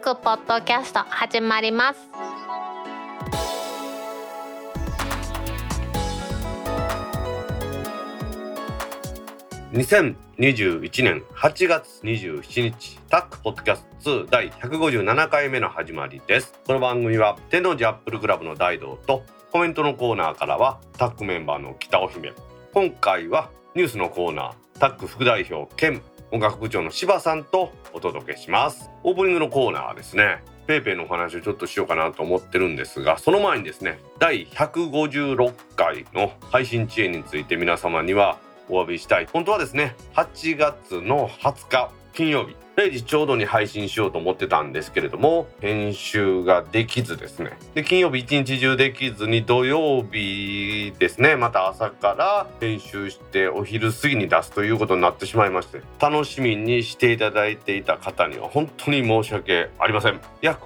くポッドキャスト始まります。 2021年8月27日タックポッドキャスト2第157回目の始まりです。この番組は天王寺アップルクラブの大道とコメントのコーナーからはタックメンバーの北尾姫、今回はニュースのコーナータック副代表兼音楽部長の柴さんとお届けします。オープニングのコーナーはですね、ペイペイのお話をちょっとしようかなと思ってるんですが、その前にですね、第156回の配信遅延について皆様にはお詫びしたい。本当はですね、8月の20日金曜日0時ちょうどに配信しようと思ってたんですけれども、編集ができずですね、で金曜日一日中できずに土曜日ですね、また朝から編集してお昼過ぎに出すということになってしまいまして、楽しみにしていただいていた方には本当に申し訳ありません。約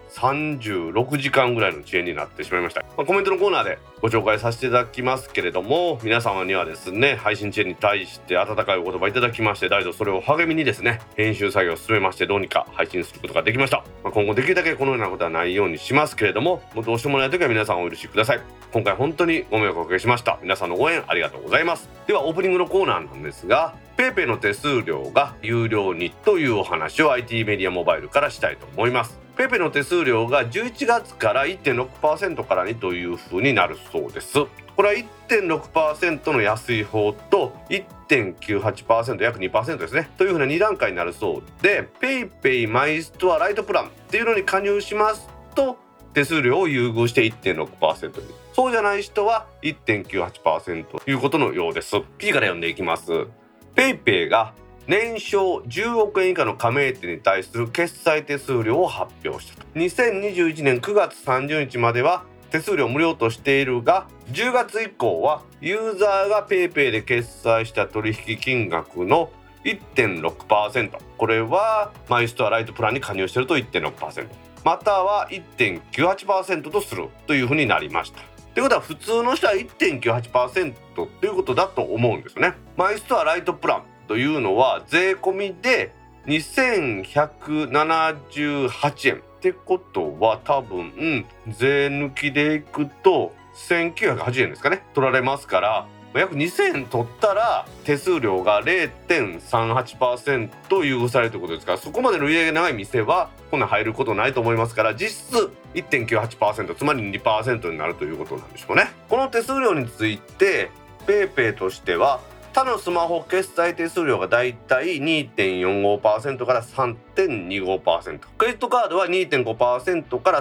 36時間ぐらいの遅延になってしまいました。コメントのコーナーでご紹介させていただきますけれども、皆様にはですね、配信遅延に対して温かいお言葉いただきまして、大度それを励みにですね、編集作業を進めましてどうにか配信することができました。今後できるだけこのようなことはないようにしますけれども、もうどうしてもないときは皆さんお許しください。今回本当にご迷惑をおかけしました。皆さんの応援ありがとうございます。ではオープニングのコーナーなんですが、ペイペイの手数料が有料にというお話を IT メディアモバイルからしたいと思います。ペイペイの手数料が11月から 1.6% からにという風になるそうです。これは 1.6% の安い方と 1.98% 約 2% ですねというふうな2段階になるそうで、ペイペイマイストアライトプランっていうのに加入しますと手数料を優遇して 1.6% に、そうじゃない人は 1.98% ということのようです。 P から読んでいきます。ペイペイが年商10億円以下の加盟店に対する決済手数料を発表したと。2021年9月30日までは手数料無料としているが、10月以降はユーザーが PayPay で決済した取引金額の 1.6%、 これはマイストアライトプランに加入していると 1.6%、 または 1.98% とするというふうになりました。ということは普通の人は 1.98% ということだと思うんですよね。マイストアライトプランというのは税込みで2178円ってことは多分、税抜きでいくと1980円ですかね取られますから、約2000円取ったら手数料が 0.38% 優遇されるということですから、そこまでの売り上げ長い店はこんな入ることないと思いますから、実質 1.98% つまり 2% になるということなんでしょうね。この手数料についてペイペイとしては他のスマホ決済手数料がだいたい 2.45% から 3.25%、 クレジットカードは 2.5% から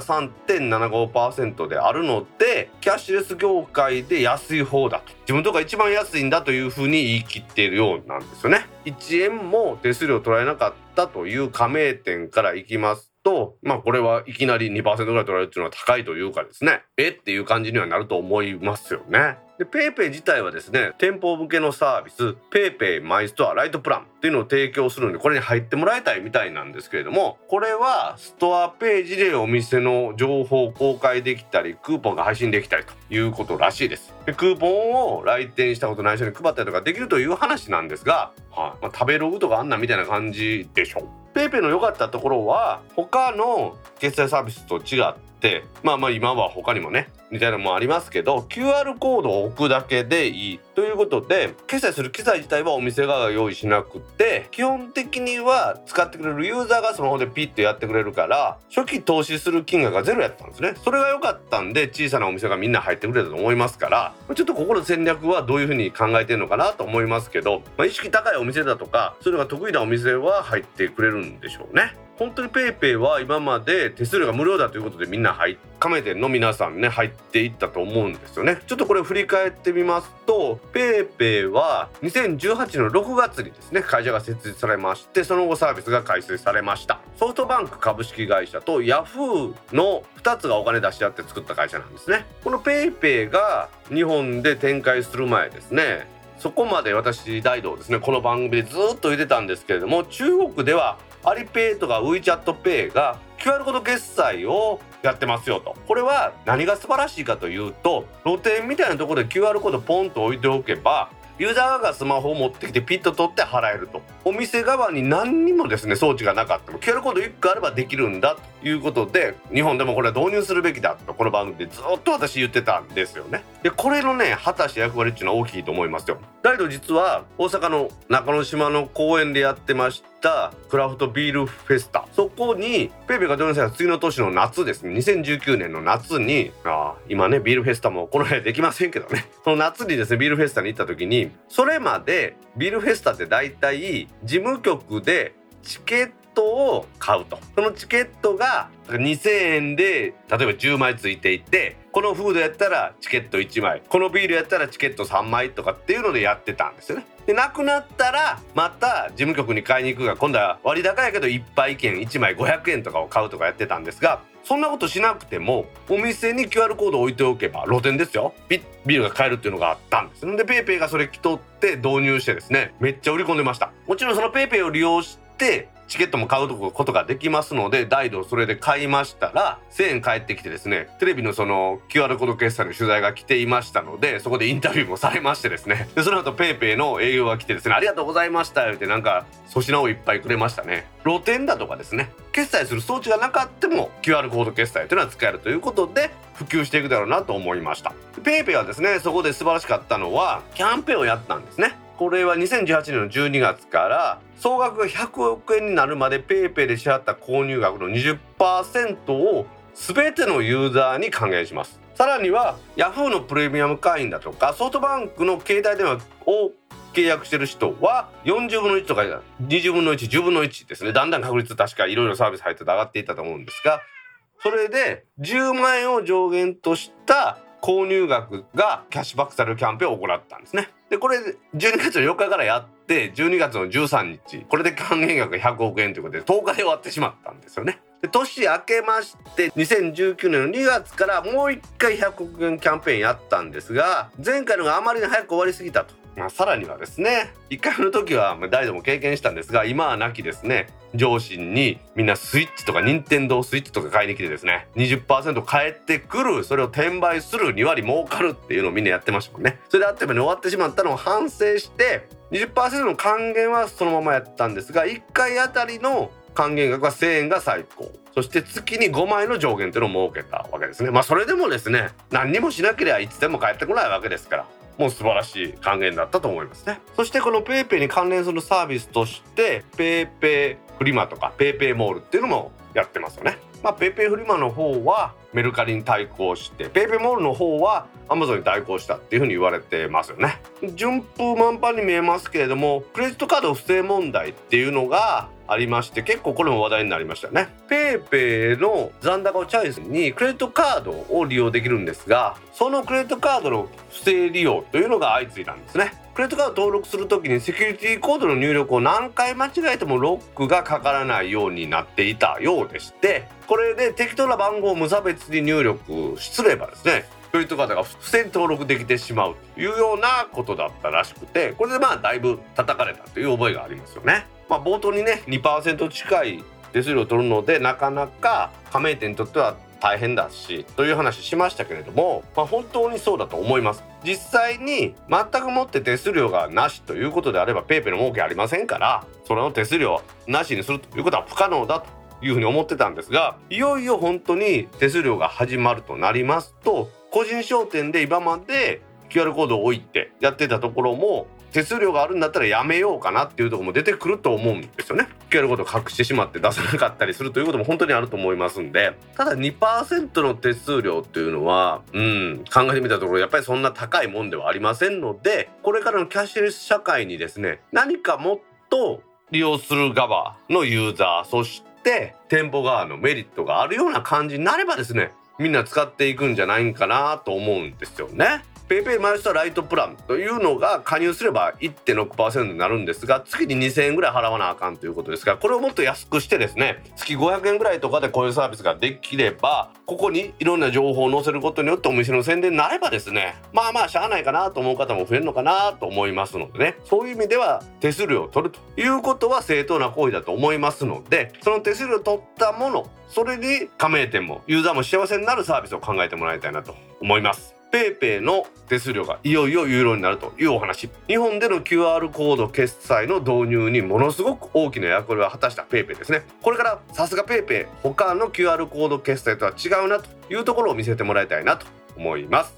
3.75% であるので、キャッシュレス業界で安い方だと、自分とか一番安いんだというふうに言い切っているようなんですよね。1円も手数料取られなかったという加盟店からいきますと、これはいきなり 2% ぐらい取られるっていうのは高いというかですね、っていう感じにはなると思いますよね。でペイペイ自体はですね、店舗向けのサービスペイペイマイストアライトプランっていうのを提供するので、これに入ってもらいたいみたいなんですけれども、これはストアページでお店の情報を公開できたりクーポンが配信できたりということらしいです。でクーポンを来店したことない人に配ったりとかできるという話なんですが、食べログとかあんなみたいな感じでしょ。ペイペイの良かったところは他の決済サービスと違って今は他にもね似たようなものありますけど、 QR コードを置くだけでいいということで、決済する機材自体はお店側が用意しなくて、基本的には使ってくれるユーザーがスマホでピッとやってくれるから、初期投資する金額がゼロやったんですね。それが良かったんで小さなお店がみんな入ってくれたと思いますから、ちょっとここの戦略はどういうふうに考えてるのかなと思いますけど、意識高いお店だとかそういうのが得意なお店は入ってくれるんでしょうね。本当にペイペイは今まで手数料が無料だということでみんな加盟店の皆さんね入っていったと思うんですよね。ちょっとこれを振り返ってみますと、ペイペイは2018年の6月にですね会社が設立されまして、その後サービスが開始されました。ソフトバンク株式会社とヤフーの2つがお金出し合って作った会社なんですね。このペイペイが日本で展開する前ですね、そこまで私大道ですねこの番組でずっと言ってたんですけれども、中国ではアリペイとか WeChat ペイが QR コード決済をやってますよと。これは何が素晴らしいかというと、露店みたいなところで QR コードポンと置いておけばユーザーがスマホを持ってきてピッと取って払えると。お店側に何にもですね装置がなかったも QR コード1個あればできるんだいうことで、日本でもこれは導入するべきだとこの番組でずっと私言ってたんですよね。でこれのね果たした役割っていうのは大きいと思いますよ。だけど実は大阪の中之島の公園でやってましたクラフトビールフェスタ、そこにペイペイが導入された次の年の夏ですね、2019年の夏に今ねビールフェスタもこの辺できませんけどね、その夏にですねビールフェスタに行った時に、それまでビールフェスタってだいたい事務局でチケットを買うと、そのチケットが2000円で例えば10枚ついていて、このフードやったらチケット1枚、このビールやったらチケット3枚とかっていうのでやってたんですよね。でなくなったらまた事務局に買いに行くが、今度は割高やけど1杯券1枚500円とかを買うとかやってたんですが、そんなことしなくてもお店に QR コードを置いておけば露店ですよ、ビールが買えるっていうのがあったんです。でペイペイがそれ着取って導入してですね、めっちゃ売り込んでました。もちろんそのペイペイを利用してチケットも買うことができますので、大度それで買いましたら1000円返ってきてですね、テレビのその QR コード決済の取材が来ていましたので、そこでインタビューもされましてですね、でその後ペイペイの営業が来てですね、ありがとうございましたってなんか粗品をいっぱいくれましたね。露店だとかですね、決済する装置がなかっても QR コード決済というのは使えるということで普及していくだろうなと思いました。ペイペイはですね、そこで素晴らしかったのはキャンペーンをやったんですね。これは2018年の12月から総額が100億円になるまでペイペイで支払った購入額の 20% を全てのユーザーに還元します。さらにはヤフーのプレミアム会員だとかソフトバンクの携帯電話を契約してる人は40分の1とか20分の1、10分の1ですね。だんだん確率確かいろいろサービス入ってて上がっていったと思うんですが、それで10万円を上限とした購入額がキャッシュバックされるキャンペーンを行ったんですね。でこれ12月の4日からやって12月の13日、これで還元額が100億円ということで10日で終わってしまったんですよね。で年明けまして2019年の2月からもう1回100億円キャンペーンやったんですが、前回のがあまりに早く終わりすぎたと。さらにはですね、1回目の時は誰でも経験したんですが、今はなきですね上司にみんなスイッチとか任天堂スイッチとか買いに来てですね 20% 返ってくる、それを転売する、2割儲かるっていうのをみんなやってましたもんね。それであっても終わってしまったのを反省して 20% の還元はそのままやったんですが、1回あたりの還元額は1000円が最高、そして月に5枚の上限というのを設けたわけですね。それでもですね、何にもしなければいつでも返ってこないわけですから、もう素晴らしい還元だったと思いますね。そしてこのペイペイに関連するサービスとしてペイペイフリマとかペイペイモールっていうのもやってますよね。ペイペイフリマの方はメルカリに対抗して、ペイペイモールの方はアマゾンに対抗したっていう風に言われてますよね。順風満帆に見えますけれども、クレジットカード不正問題っていうのがありまして、結構これも話題になりましたよね。ペイペイの残高をチャイスにクレジットカードを利用できるんですが、そのクレジットカードの不正利用というのが相次いだんですね。クレジットカード登録するときにセキュリティコードの入力を何回間違えてもロックがかからないようになっていたようでして、これで適当な番号を無差別に入力すればですね、クレジットカードが不正に登録できてしまうというようなことだったらしくて、これでだいぶ叩かれたという覚えがありますよね。冒頭にね 2% 近い手数料を取るので、なかなか加盟店にとっては大変だしという話しましたけれども、本当にそうだと思います。実際に全くもって手数料がなしということであればペイペイの儲けありませんから、それの手数料なしにするということは不可能だというふうに思ってたんですが、いよいよ本当に手数料が始まるとなりますと、個人商店で今まで QR コードを置いてやってたところも手数料があるんだったらやめようかなっていうところも出てくると思うんですよね。QR コードを隠してしまって出さなかったりするということも本当にあると思いますんで、ただ 2% の手数料っていうのは考えてみたところやっぱりそんな高いもんではありませんので、これからのキャッシュレス社会にですね、何かもっと利用する側のユーザー、そして店舗側のメリットがあるような感じになればですね、みんな使っていくんじゃないんかなと思うんですよね。ペイペイマイスターライトプランというのが加入すれば 1.6% になるんですが、月に2000円ぐらい払わなあかんということですが、これをもっと安くしてですね、月500円ぐらいとかでこういうサービスができれば、ここにいろんな情報を載せることによってお店の宣伝になればですね、しゃあないかなと思う方も増えるのかなと思いますのでね、そういう意味では手数料を取るということは正当な行為だと思いますので、その手数料を取ったもの、それに加盟店もユーザーも幸せになるサービスを考えてもらいたいなと思います。 PayPay の手数料がいよいよ有料になるというお話。日本での QR コード決済の導入にものすごく大きな役割を果たした PayPay ですね。これからさすが PayPay、他の QR コード決済とは違うなというところを見せてもらいたいなと思います。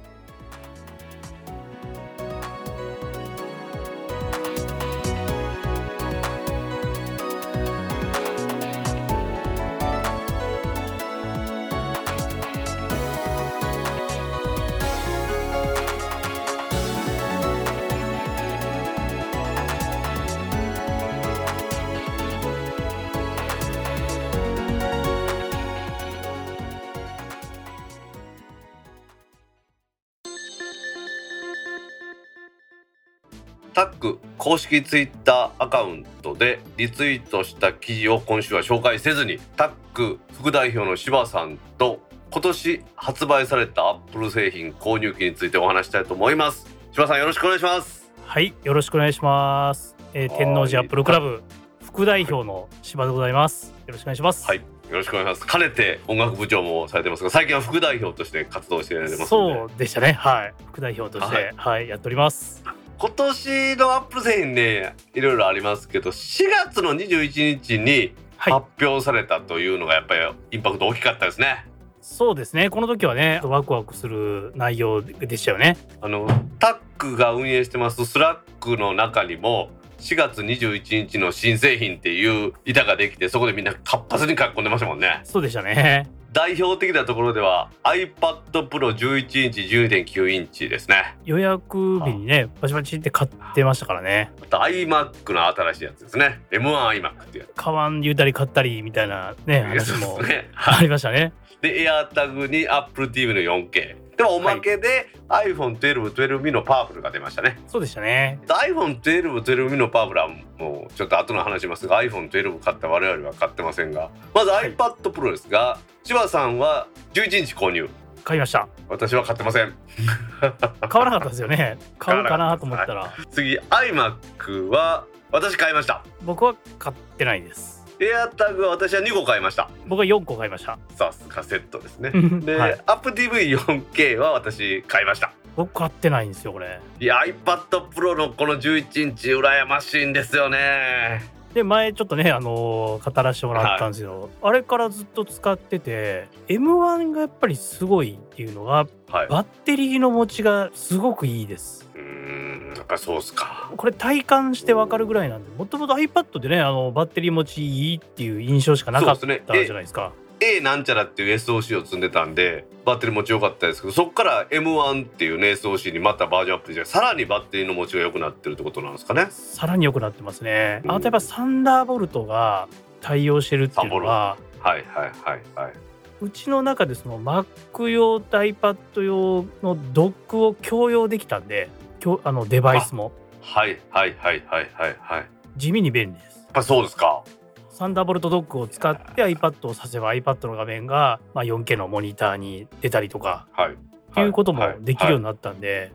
タック公式ツイッターアカウントでリツイートした記事を今週は紹介せずに、タック副代表の柴さんと今年発売されたアップル製品購入期についてお話したいと思います。柴さん、よろしくお願いします。 はい、よろしくお願いします。天王寺アップルクラブ副代表の柴でございます。よろしくお願いします。 はい、よろしくお願いします。かねて音楽部長もされてますが、最近は副代表として活動していられますので。 そうでしたね。はい、副代表として、はい、やっております。 今年のアップル製品ね、いろいろありますけど、4月の21日に発表されたというのがやっぱりインパクト大きかったですね。 そうですね。この時はね、ワクワクする内容でしたよね。 タックが運営してますスラックの中にも4月21日の新製品っていう板ができて、そこでみんな活発に書き込んでましたもんね。 そうでしたね。 代表的なところでは iPad Pro 11インチ 12.9 インチですね。 予約日にねバチバチって買ってましたからね。 あと iMac の新しいやつですね。 M1iMac ってやつ、 買わん言うたり買ったりみたいなね話もね、 ありましたね。 で AirTag に Apple TV の 4K でもおまけで、はい、iPhone 12、12 mini のパワフルが出ましたね。 そうでしたね。 iPhone 12、12 mini のパワフルはもうちょっと後の話しますが、 iPhone 12買った我々は買ってませんが、まず iPad Pro ですが、柴さんは11インチ購入。 買いました。 私は買ってません。 買わなかったですよね。買うかなと思ったら。 次 iMac は私買いました。 僕は買ってないです。 AirTag は私は2個買いました。 僕は4個買いました。 さすがセットですね。で、 はい、 Apple TV 4K は私買いました。 僕買ってないんですよこれ。 いや iPad Pro のこの11インチ羨ましいんですよね。 で前ちょっとね語らせてもらったんですけど、はい、あれからずっと使ってて M1 がやっぱりすごいっていうのが、はい、バッテリーの持ちがすごくいいです。 やっぱそうっすか。 これ体感してわかるぐらいなんで、もともと iPad でねバッテリー持ちいいっていう印象しかなかったじゃないですか。 A なんちゃらっていう SoC を積んでたんでバッテリー持ち良かったですけど、そっから M1 っていうね SoC にまたバージョンアップでさらにバッテリーの持ちが良くなってるってことなんですかね。 さらに良くなってますね。あとやっぱサンダーボルトが対応してるっていうのは、 はいはいはいはい、 うちの中でその Mac 用と iPad 用のドックを共用できたんで、デバイスもはいはいはいはいはいはい、 地味に便利です。 やっぱそうですか。 サンダーボルトドックを使って iPad を挿せば iPad の画面が、4K のモニターに出たりとか、はい、っていうこともできるようになったんで、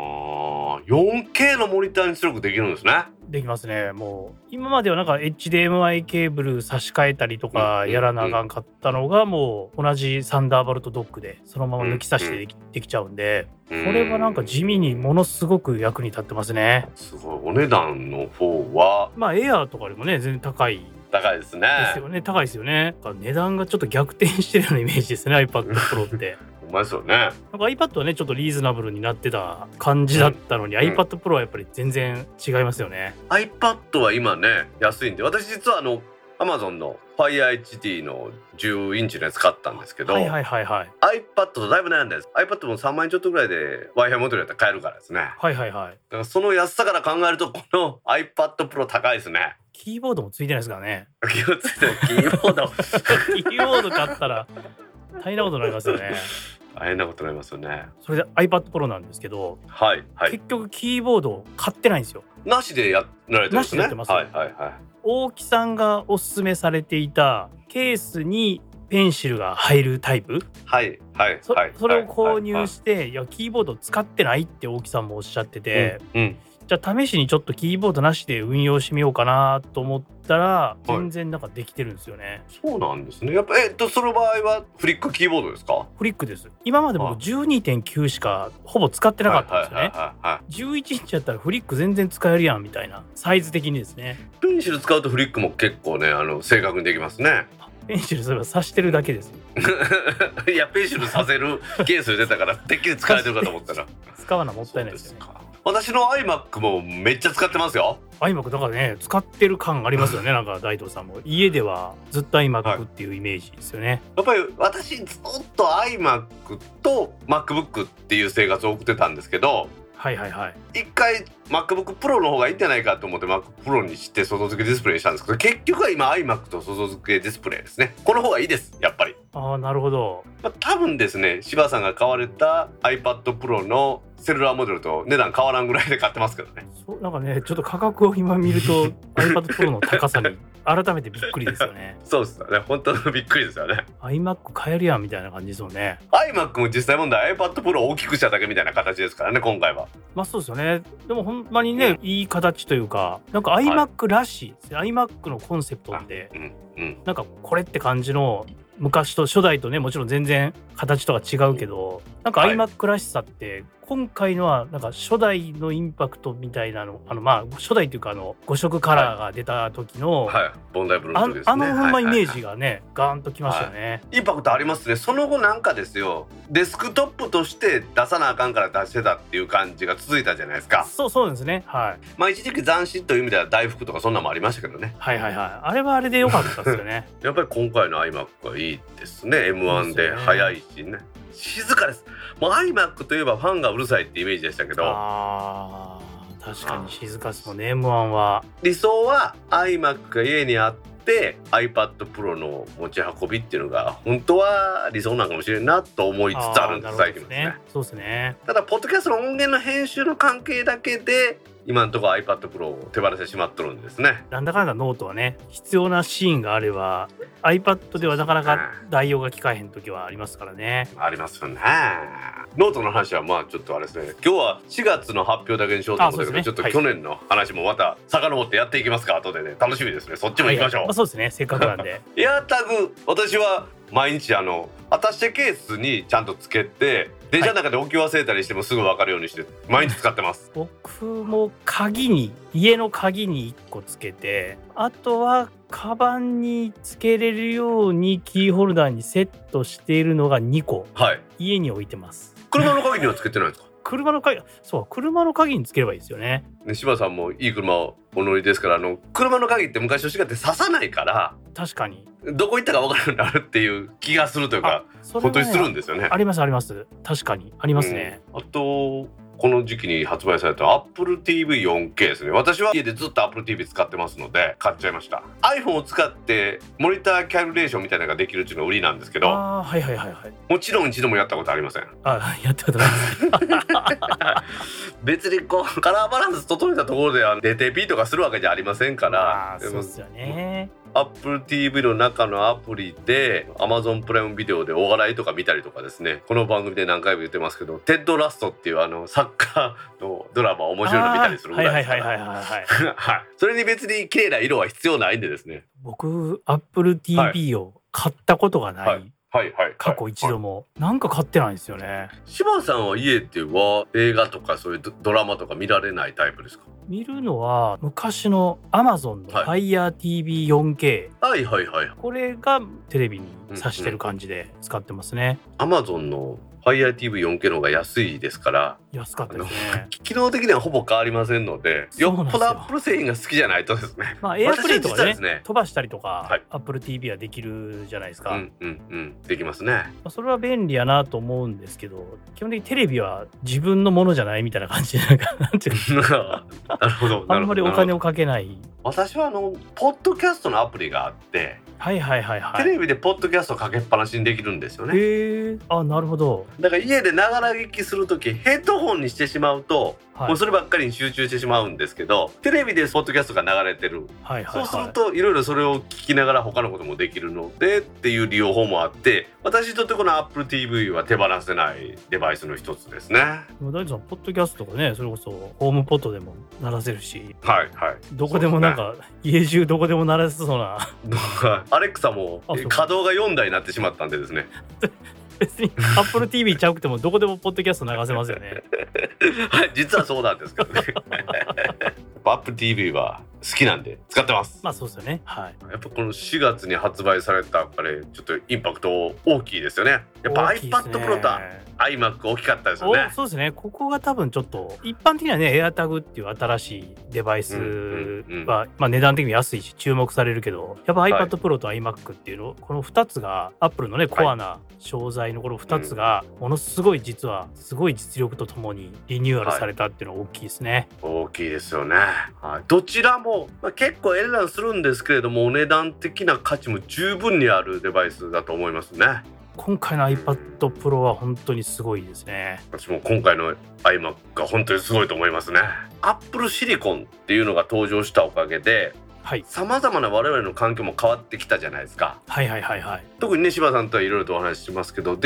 4K のモニターに出力できるんですね。 できますね。もう今まではなんか HDMI ケーブル差し替えたりとかやらなあかんかったのが、もう同じサンダーボルトドックでそのまま抜き差してできちゃうんで、これはなんか地味にものすごく役に立ってますね。 すごい。お値段の方はエアーとかよりもね全然高いですね。 ですよね。高いですよね。値段がちょっと逆転してるようなイメージですね iPad Pro ってうまいですよね。 なんか iPad はねちょっとリーズナブルになってた感じだったのに、iPad Pro はやっぱり全然違いますよね。 iPad は今ね安いんで、私実はAmazon の Fire HD の10インチのやつ買ったんですけど、 iPad とだいぶ悩んだんです。 iPad も3万円ちょっとぐらいで Wi-Fi モデルやったら買えるからですね。 だからその安さから考えるとこの iPad Pro 高いですね。 キーボードもついてないですからね。 キーボードキーボード買ったら大変なことになりますよね。 大変なことになりますよね。 それで iPad Pro なんですけど、結局キーボード買ってないんですよ。 なしでやられてるんですね。 なしでやってます。大木さんがおすすめされていたケースにペンシルが入るタイプ、それを購入して、いやキーボード使ってないって大木さんもおっしゃってて、 じゃあ試しにちょっとキーボードなしで運用してみようかなと思ったら全然なんかできてるんですよね。 そうなんですね。やっぱその場合はフリックキーボードですか？ フリックです。今まで僕 12.9 しかほぼ使ってなかったんですよね。11インチやったらフリック全然使えるやんみたいな、サイズ的にですね。 ペンシル使うとフリックも結構ね正確にできますね。 ペンシルそれは刺してるだけです。 いやペンシルさせるケースで出たからてっきり使えてるかと思ったら使わなもったいないですよね。 私の iMac もめっちゃ使ってますよ。 iMac だからね、使ってる感ありますよね。なんか大東さんも家ではずっと iMac っていうイメージですよね。 やっぱり私ずっと iMac と MacBook っていう生活を送ってたんですけど、 はいはいはい。 一回 MacBook Pro の方がいいんじゃないかと思って Mac Pro にして外付けディスプレイにしたんですけど、結局は今 iMac と外付けディスプレイですね。この方がいいですやっぱり。 ああなるほど。 多分ですね、柴さんが買われた iPad Pro のセルラーモデルと値段変わらんぐらいで買ってますけどね。 そうなんかね、ちょっと価格を今見るとiPad Pro の高さに改めてびっくりですよね。 そうですよね、本当にびっくりですよね。 iMac 買えるやんみたいな感じですよね。 iMac も実際問題 iPad Pro を大きくしただけみたいな形ですからね今回は。 まあそうですよね。でもほんまにね、いい形というか、なんか iMac らしいですね。iMac のコンセプトって、なんかこれって感じの、昔と初代とねもちろん全然形とか違うけど、なんか iMac らしさって今回のはなんか初代のインパクトみたいなの、まあ初代っていうか5色カラーが出た時の、 ボンダイブルーの時ですね。 ほんまイメージがね、ガーンときましたよね。 インパクトありますね。その後なんかですよ、デスクトップとして出さなあかんから出してたっていう感じが続いたじゃないですか。 そうですね。はい。 まあ一時期斬新という意味では大福とかそんなのもありましたけどね。 はいはいはい。あれはあれで良かったですよね。 やっぱり今回の iMac はいいですね。M1 で早いしね、静かです。もう iMac といえばファンがうるさいってイメージでしたけど、 確かに静かですもんね。M1 は理想は iMac が家にあって iPad Pro の持ち運びっていうのが本当は理想なのかもしれんなと思いつつあるんです。最近ですね。 そうですね。 ただポッドキャストの音源の編集の関係だけで今のところ iPad Pro を手放してしまっとるんですね。 なんだかんだノートはね、必要なシーンがあれば iPad ではなかなか代用が効かへん時はありますからね。 ありますよね。ノートの話はまあちょっとあれですね、今日は4月の発表だけにしようと思ったけど、ちょっと去年の話もまた遡ってやっていきますか。後でね、楽しみですね。そっちも行きましょう。 そうですね、せっかくなんで。 エアタグ、私は毎日アタッシェケースにちゃんとつけて、電車の中で置き忘れたりしてもすぐ分かるようにして毎日使ってます。 僕も家の鍵に1個つけて、あとはカバンにつけれるようにキーホルダーにセットしているのが2個、家に置いてます。 車の鍵にはつけてないですか？ 車の鍵につければいいですよね。 柴さんもいい車をお乗りですから、車の鍵って昔と違って刺さないから、 確かにどこ行ったか分からなくなるっていう気がするというか、本当にするんですよね。 ありますあります。確かにありますね。 あとこの時期に発売された Apple TV 4K ですね。私は家でずっと Apple TV 使ってますので買っちゃいました。 iPhone を使ってモニターキャリブレーションみたいなのができるっていうのが売りなんですけど、もちろん一度もやったことありません。 やったことない別にこうカラーバランス整えたところでDTP とかするわけじゃありませんから。 そうですよね。 Apple TV の中のアプリで Amazon プライムビデオでお笑いとか見たりとかですね、この番組で何回も言ってますけど、テッドラストっていうサッカーのドラマ面白いの見たりするぐらいですから、それに別に綺麗な色は必要ないんでですね。 僕 Apple TV を買ったことがない、過去一度も、なんか買ってないんですよね。 柴さんは家では映画とかそういうドラマとか見られないタイプですか？ 見るのは昔の Amazon の Fire TV4K、これがテレビに挿してる感じで使ってますね。 Amazon のFire TV4K の方が安いですから、 安かったですね。 機能的にはほぼ変わりませんので、よっぽど Apple 製品が好きじゃないとですね。 AirPlay とかね、飛ばしたりとか、Apple TV はできるじゃないですか。 できますね。 それは便利やなと思うんですけど、基本的にテレビは自分のものじゃないみたいな感じで、なんていうなるほど。 あんまりお金をかけない。 私はポッドキャストのアプリがあって、 はいはいはいはい。 テレビでポッドキャストかけっぱなしにできるんですよね。 へえ。あ、なるほど。 だから家でながら聞きするときヘッドホンにしてしまうと、 はい、 もうそればっかりに集中してしまうんですけど、テレビでポッドキャストが流れてる、 はいはいはい、 そうするといろいろそれを聞きながら他のこともできるのでっていう利用法もあって、私にとってこの Apple TV は手放せないデバイスの一つですね。 大地さんポッドキャストとかね、それこそホームポットでも鳴らせるし、 はいはい、 どこでもなんか、ね、家中どこでも鳴らせそうなアレクサも稼働が4台になってしまったんでですね別に Apple TV ちゃうくてもどこでもポッドキャスト流せますよねはい、実はそうなんですけどねApple TV は好きなんで使ってます。 まあそうですよね、はい、 やっぱこの4月に発売されたあれちょっとインパクト大きいですよね。やっぱ iPad Pro と iMac 大きかったですよね。 そうですね。ここが多分ちょっと一般的にはね AirTag っていう新しいデバイスは、まあ値段的に安いし注目されるけど、やっぱ iPad Pro と iMac っていうの、この2つが Apple のねコアな商材のこの2つがものすごい実はすごい実力とともにリニューアルされたっていうのは大きいですね。 大きいですよね。はい、どちらも、結構値段するんですけれどもお値段的な価値も十分にあるデバイスだと思いますね。 今回の iPad Pro は本当にすごいですね。 私も今回の iMac が本当にすごいと思いますね。Apple Silicon っていうのが登場したおかげで、さまざまな我々の環境も変わってきたじゃないですか。はいはいはいはい。特にね柴さんとはいろいろとお話ししますけど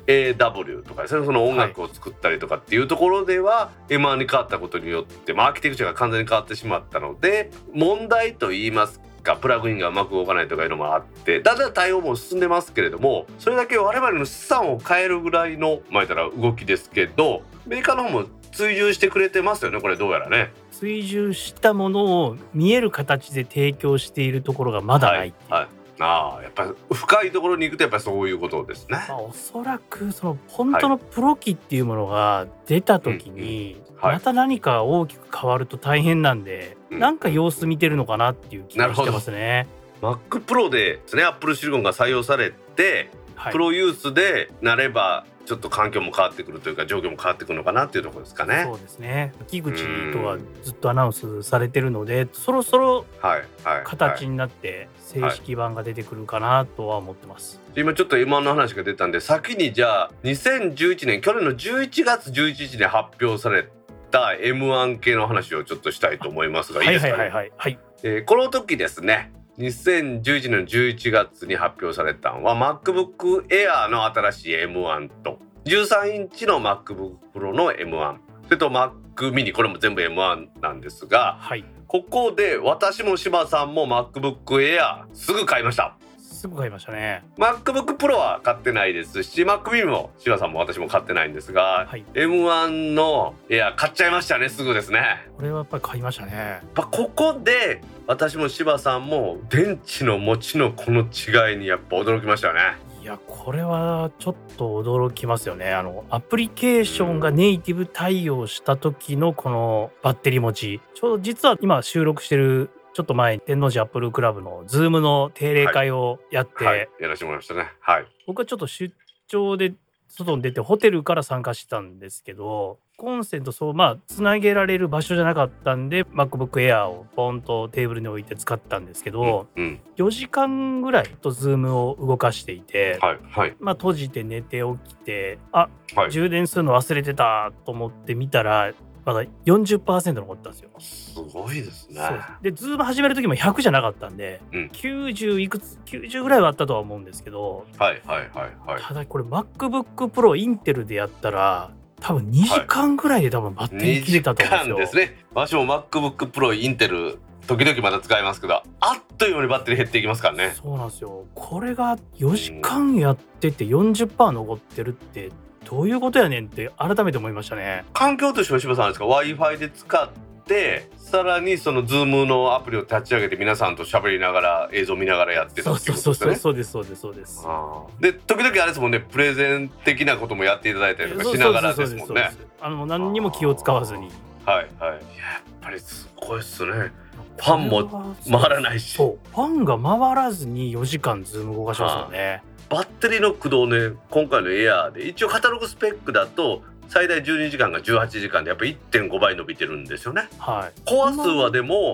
DAW とかですね、その音楽を作ったりとかっていうところでは、M1 に変わったことによって、アーキテクチャが完全に変わってしまったので問題といいますかプラグインがうまく動かないとかいうのもあってだんだん対応も進んでますけれども、それだけ我々の資産を変えるぐらいの言ったら動きですけど、メーカーの方も追従してくれてますよね。これどうやらね追従したものを見える形で提供しているところがまだないっていう、 はいはい、やっぱり深いところに行くとやっぱりそういうことですね。 おそらくその本当のプロ機っていうものが出た時に、また何か大きく変わると大変なんで、なんか様子見てるのかなっていう気がしてますね。 Mac Pro でですね Apple Silicon が採用されて、プロユースでなればちょっと環境も変わってくるというか状況も変わってくるのかなっていうところですかね。 そうですね。秋口とはずっとアナウンスされてるので、そろそろ形になって正式版が出てくるかなとは思ってます。 今ちょっと M1 の話が出たんで先にじゃあ2011年去年の11月11日に発表された M1 系の話をちょっとしたいと思いますがいいですかね。この時ですね2011年の11月に発表されたのは MacBook Air の新しい M1 と13インチの MacBook Pro の M1 それと Mac mini これも全部 M1 なんですが、ここで私も柴さんも MacBook Air すぐ買いました。 すぐ買いましたね。 MacBook Pro は買ってないですし Mac mini も柴さんも私も買ってないんですが、M1 の Air 買っちゃいましたね。すぐですね。 これはやっぱり買いましたね。 ここで私も柴さんも電池の持ちのこの違いにやっぱ驚きましたよね。 いやこれはちょっと驚きますよね。アプリケーションがネイティブ対応した時のこのバッテリー持ち、ちょうど実は今収録してるちょっと前天王寺アップルクラブのズームの定例会をやって、 やらせてもらいましたね。 僕はちょっと出張で外に出てホテルから参加してたんですけど、コンセントつなげられる場所じゃなかったんで MacBook Air をポンとテーブルに置いて使ったんですけど、4時間ぐらいとズームを動かしていて、閉じて寝て起きて充電するの忘れてたと思って見たらまだ 40% 残ったんですよ。 すごいですね。 でズーム始める時も100じゃなかったんで、90いくつ90ぐらいはあったとは思うんですけど、ただこれ MacBook Pro インテルでやったら多分2時間ぐらいで多分バッテリー切れたと思うんですよ。 2時間ですね。私も MacBook Pro インテル時々まだ使いますけどあっという間にバッテリー減っていきますからね。 そうなんですよ。これが4時間やってて 40% 残ってるってどういうことやねんって改めて思いましたね。 環境としては柴さんですか Wi-Fi で使ってさらにその Zoom のアプリを立ち上げて皆さんと喋りながら映像見ながらやってたっていうことですよね。 そうです。 で時々あれですもんねプレゼン的なこともやっていただいたりとかしながらですもんね。 何にも気を使わずにやっぱりすごいっすね。ファンも回らないしファンが回らずに4時間ズーム動かしますよね。 バッテリーの駆動ね今回のエアーで一応カタログスペックだと最大12時間が18時間でやっぱ 1.5 倍伸びてるんですよね。コア数はでも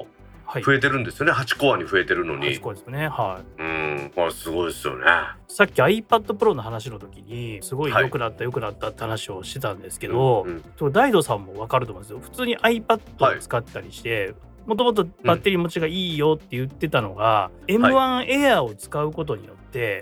増えてるんですよね、8コアに増えてるのに。 8コアですね。はい。 これすごいですよね。 さっき iPad Pro の話の時にすごい良くなった良くなったって話をしてたんですけど、大道さんも分かると思うんですよ。普通に iPad を使ったりして、もともとバッテリー持ちがいいよって言ってたのが、M1 Air を使うことによって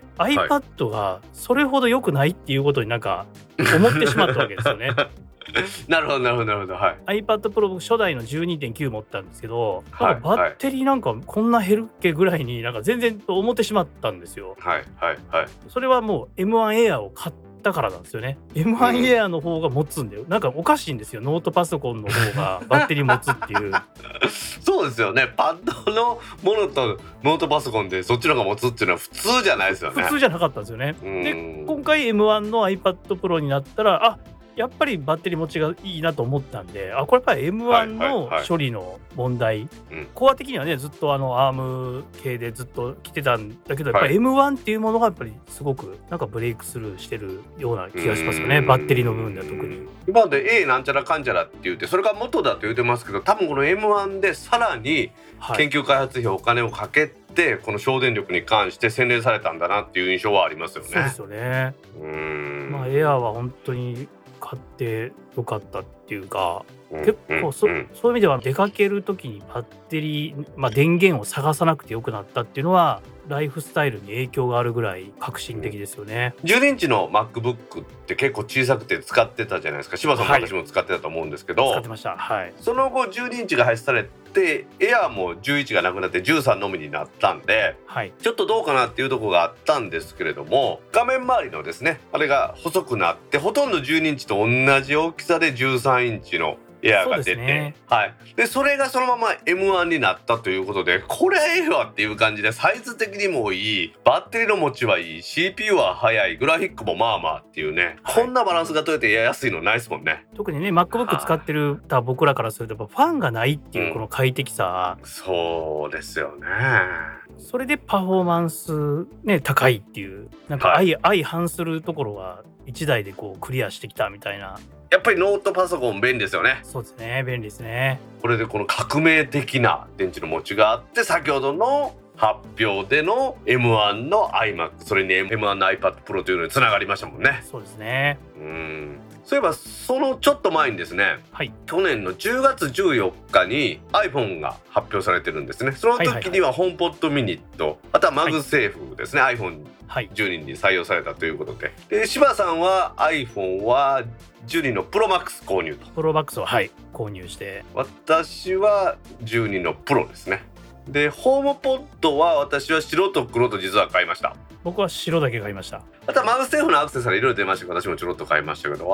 、iPad がそれほど良くないっていうことになんか思ってしまったわけですよね。 なるほどなるほどなるほど。はい。 iPad Pro 僕初代の 12.9 持ったんですけど、なんかバッテリーなんかこんな減るっけぐらいになんか全然と思ってしまったんですよ。 はいはいはい。 それはもう M1 Air を買ったからなんですよね。M1 Air の方が持つんだよ。なんかおかしいんですよ。ノートパソコンの方がバッテリー持つっていう。 そうですよね。パッドのものとノートパソコンでそっちの方が持つっていうのは普通じゃないですよね。 普通じゃなかったんですよね。で今回 M1 の iPad Pro になったらやっぱりバッテリー持ちがいいなと思ったんで、これやっぱり M1 の処理の問題、コア的にはねずっとARM 系でずっと来てたんだけど、やっぱり M1 っていうものがやっぱりすごくなんかブレイクスルーしてるような気がしますよね、バッテリーの部分では特に。 今まで A なんちゃらかんちゃらって言ってそれが元だと言ってますけど、多分この M1 でさらに研究開発費お金をかけてこの省電力に関して洗練されたんだなっていう印象はありますよね。 そうですよね。エアーは本当に買ってよかったっていうか、結構そういう意味では出かける時にバッテリー、電源を探さなくてよくなったっていうのはライフスタイルに影響があるぐらい革新的ですよね。 12インチの MacBook って結構小さくて使ってたじゃないですか。柴さんも私も使ってたと思うんですけど、 使ってました。はい。 その後12インチが廃止されてエアーも11がなくなって13のみになったんで、ちょっとどうかなっていうところがあったんですけれども、画面周りのですねあれが細くなってほとんど12インチと同じ大きさで13インチのエアーが出て、でそれがそのまま M1 になったということで、これええわっていう感じで、サイズ的にもいい、バッテリーの持ちはいい、 CPU は速い、グラフィックもまあまあっていうね、こんなバランスが取れて安いのないですもんね。 特にね MacBook 使ってる僕らからするとやっぱファンがないっていうこの快適さ、 そうですよね。 それでパフォーマンスね高いっていう、なんか相反するところが1台でこうクリアしてきたみたいな。 やっぱりノートパソコン便利ですよね。 そうですね、便利ですね。 これでこの革命的な電池の持ちがあって、先ほどの発表での M1 の iMac、 それに M1 の iPad Pro というのにつながりましたもんね。 そうですね。 そういえばそのちょっと前にですね、去年の10月14日に iPhone が発表されてるんですね。その時にはホームポッドミニット、あとはマグセーフですね、iPhone12 に採用されたということで、柴さんは iPhone は12の ProMax 購入と。 ProMax を購入して、 私は12の Pro ですね。でホームポッドは私は白と黒と実は買いました。 僕は白だけ買いました。 あとはマグセーフのアクセサリーいろいろ出ましたけど、私もちょろっと買いましたけど、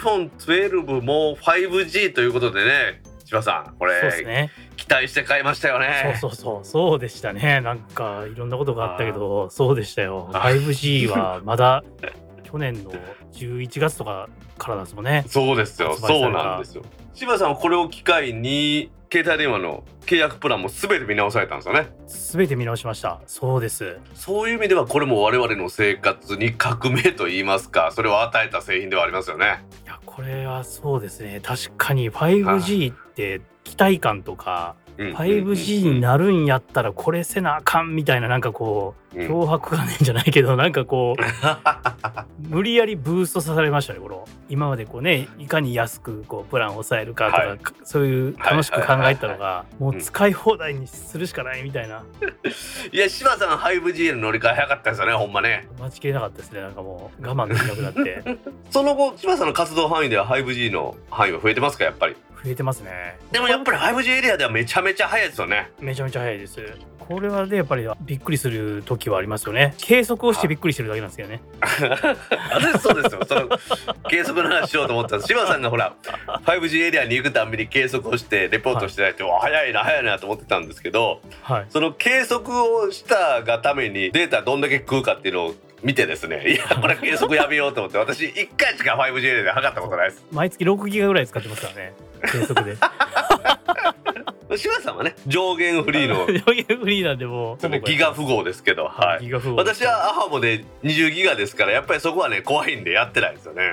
iPhone12 も 5G ということでね、千葉さんこれ、そうですね、期待して買いましたよね。 そうでしたね。なんかいろんなことがあったけどそうでしたよ。 5G はまだ去年の11月とかからなんですもんね。 そうですよ、そうなんですよ。千葉さんはこれを機会に携帯電話の契約プランも全て見直されたんですよね。 全て見直しました。そうです。 そういう意味ではこれも我々の生活に革命といいますか、それを与えた製品ではありますよね。 いやこれはそうですね。確かに 5G って期待感とか、5G になるんやったらこれせなあかんみたいな、なんかこう脅迫観念じゃないけど、なんかこう無理やりブーストされましたね。この今までこうね、いかに安くこうプランを抑えるかとか、そういう楽しく考えたのがもう使い放題にするしかないみたいな。 いや柴さん 5G の乗り換え早かったですよね。ほんまね、 待ちきれなかったですね。なんかもう我慢できなくなってその後柴さんの活動範囲では 5G の範囲は増えてますか？やっぱり増えてますね。 でもやっぱり 5G エリアではめちゃめちゃ早いですよね。 めちゃめちゃ早いです。これはねやっぱりびっくりする時はありますよね。計測をしてびっくりしてるだけなんですけどね。 そうですよ。その計測の話しようと思ったら、柴さんがほら 5G エリアに行くたんびに計測をしてレポートしていて、早いなと思ってたんですけど、その計測をしたがためにデータどんだけ食うかっていうのを見てですね、いやこれ計測やめようと思って、私1回しか 5G エリアで測ったことないです。 毎月6ギガぐらい使ってますからね、計測で。 柴さんはね上限フリーの上限フリーなんでもうギガ富豪ですけど、私はアハモで20ギガですから、やっぱりそこはね怖いんでやってないですよね。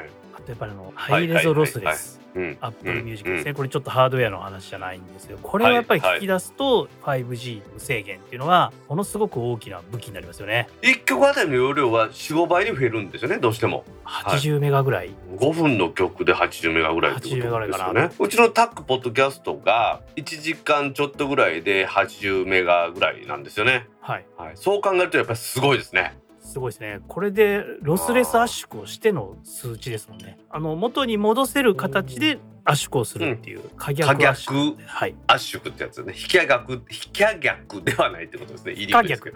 やっぱりハイレゾロスレス、 アップルミュージックですね、これちょっとハードウェアの話じゃないんですけど、これはやっぱり聞き出すと 5G 無制限っていうのはものすごく大きな武器になりますよね。 1曲あたりの容量は 4,5 倍に増えるんですよね、どうしても。 80メガぐらい、 5分の曲で80メガぐらいってことですよね。うちのタックポッドキャストが1時間ちょっとぐらいで80メガぐらいなんですよね。そう考えるとやっぱりすごいですね。 すごいですね。これでロスレス圧縮をしての数値ですもんね。元に戻せる形で圧縮をするっていう可逆圧縮、 圧縮ってやつね。引き逆ではないってことですね。 引き逆、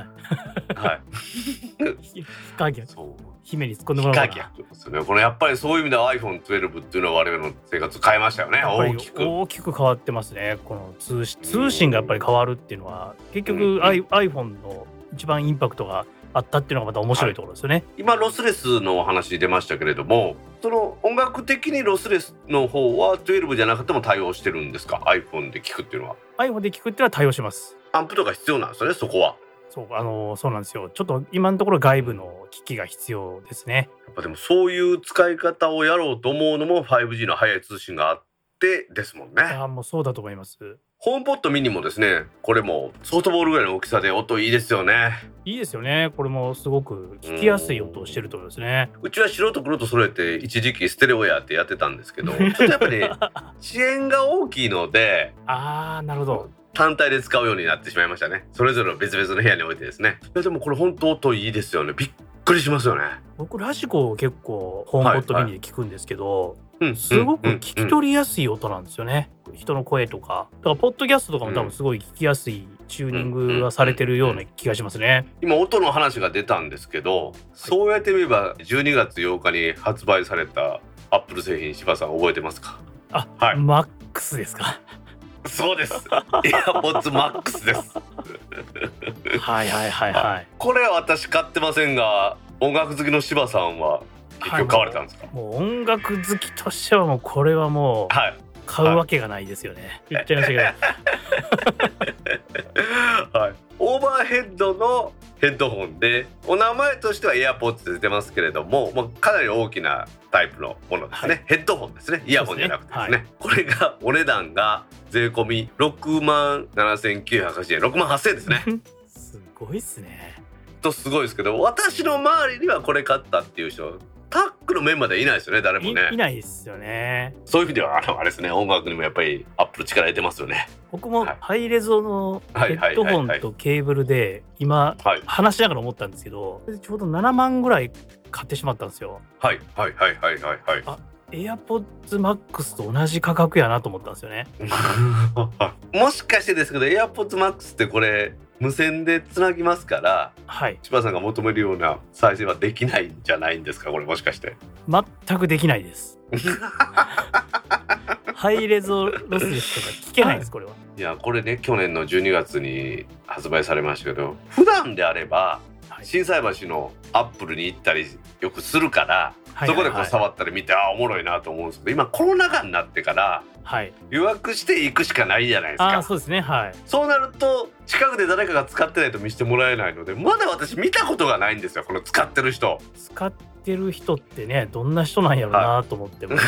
姫に突っ込んでもらおうかな。 ですよね。これやっぱりそういう意味では iPhone12 っていうのは我々の生活変えましたよね。 大きく変わってますね。この通信がやっぱり変わるっていうのは結局、iPhone の一番インパクトがあったっていうのがまた面白いところですよね。 今ロスレスのお話出ましたけれども、その音楽的にロスレスの方は12じゃなくても対応してるんですか？ iPhone で聞くっていうのは。 iPhone で聞くっていうのは対応します。 アンプとか必要なんですよね、そこは。 そうなんですよ。ちょっと今のところ外部の機器が必要ですね。 やっぱでもそういう使い方をやろうと思うのも 5G の速い通信があってですもんね。 もうそうだと思います。 ホームポッドミニもですね、これもソフトボールぐらいの大きさで音いいですよね。 いいですよね。これもすごく聞きやすい音をしてると思いますね。 うちは素人プロと揃えて一時期ステレオやってやってたんですけどちょっとやっぱり、遅延が大きいのでなるほど、 単体で使うようになってしまいましたね。それぞれ別々の部屋に置いてですね。でもこれ本当音いいですよね。びっくりしますよね。僕ラジコを結構ホームポッドミニで聞くんですけど、すごく聞き取りやすい音なんですよね。人の声とか、だからポッドキャストとかも多分すごい聞きやすいチューニングがされてるような気がしますね。 今音の話が出たんですけど、そうやってみれば12月8日に発売されたアップル製品、柴さん覚えてますか？ マックスですか？ そうです。AirPods Max です。これは私買ってませんが、音楽好きの柴さんは結局買われたんですか？ もう音楽好きとしてはもうこれはもう買うわけがないですよね。言っちゃいましたけど。オーバーヘッドのヘッドホンで、お名前としては AirPods で出てますけれども、かなり大きなタイプのものですね。ヘッドホンですね。イヤホンじゃなくてですね。これがお値段が税込み67,980円、68,000円ですね。 すごいっすね。 すごいですけど、私の周りにはこれ買ったっていう人、タックのメンバーではいないですよね、誰もね。 いないですよね。 そういう意味ではあれですね、音楽にもやっぱりアップル力入れてますよね。 僕もハイレゾのヘッドホンとケーブルで今話しながら思ったんですけど、ちょうど7万ぐらい買ってしまったんですよ。AirPods Max と同じ価格やなと思ったんですよね。 もしかしてですけど AirPods Max ってこれ無線でつなぎますから、柴さんが求めるような再生はできないんじゃないんですか？これもしかして。 全くできないです。ハイレゾロスレスとか聞けないです、これは。 いや、これね、去年の12月に発売されましたけど、普段であれば心斎橋のアップルに行ったりよくするから、そこでこう触ったり見て、おもろいなと思うんですけど、今コロナ禍になってから、予約して行くしかないじゃないですか。 そうですね。 そうなると近くで誰かが使ってないと見せてもらえないので、まだ私見たことがないんですよ、この使ってる人。 使ってる人ってね、どんな人なんやろうなと思っても、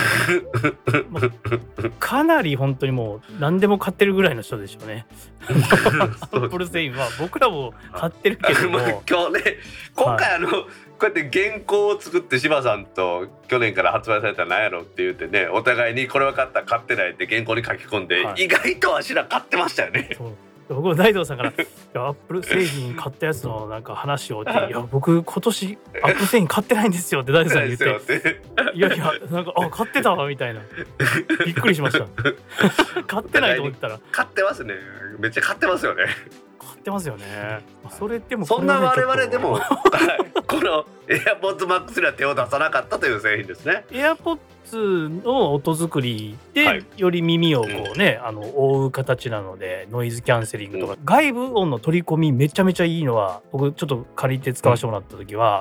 かなり本当にもう何でも買ってるぐらいの人でしょうね。アップル製品は僕らも買ってるけども、 今回こうやって原稿を作って柴さんと去年から発売されたら何やろって言ってね、お互いにこれは買った買ってないって原稿に書き込んで、意外とわしら買ってましたよね。 僕も大道さんからアップル製品買ったやつのなんか話をっていや僕今年アップル製品買ってないんですよって大道さんに言っていやなんか買ってたわみたいな、びっくりしました。買ってないと思ったら買ってますね。めっちゃ買ってますよね。 買ってますよね。それでもそんな我々でもこの AirPods Max には手を出さなかったという製品ですね。 AirPods の音作りでより耳をこうね、覆う形なので、ノイズキャンセリングとか、外部音の取り込みめちゃめちゃいいのは、僕ちょっと借りて使わせてもらった時は、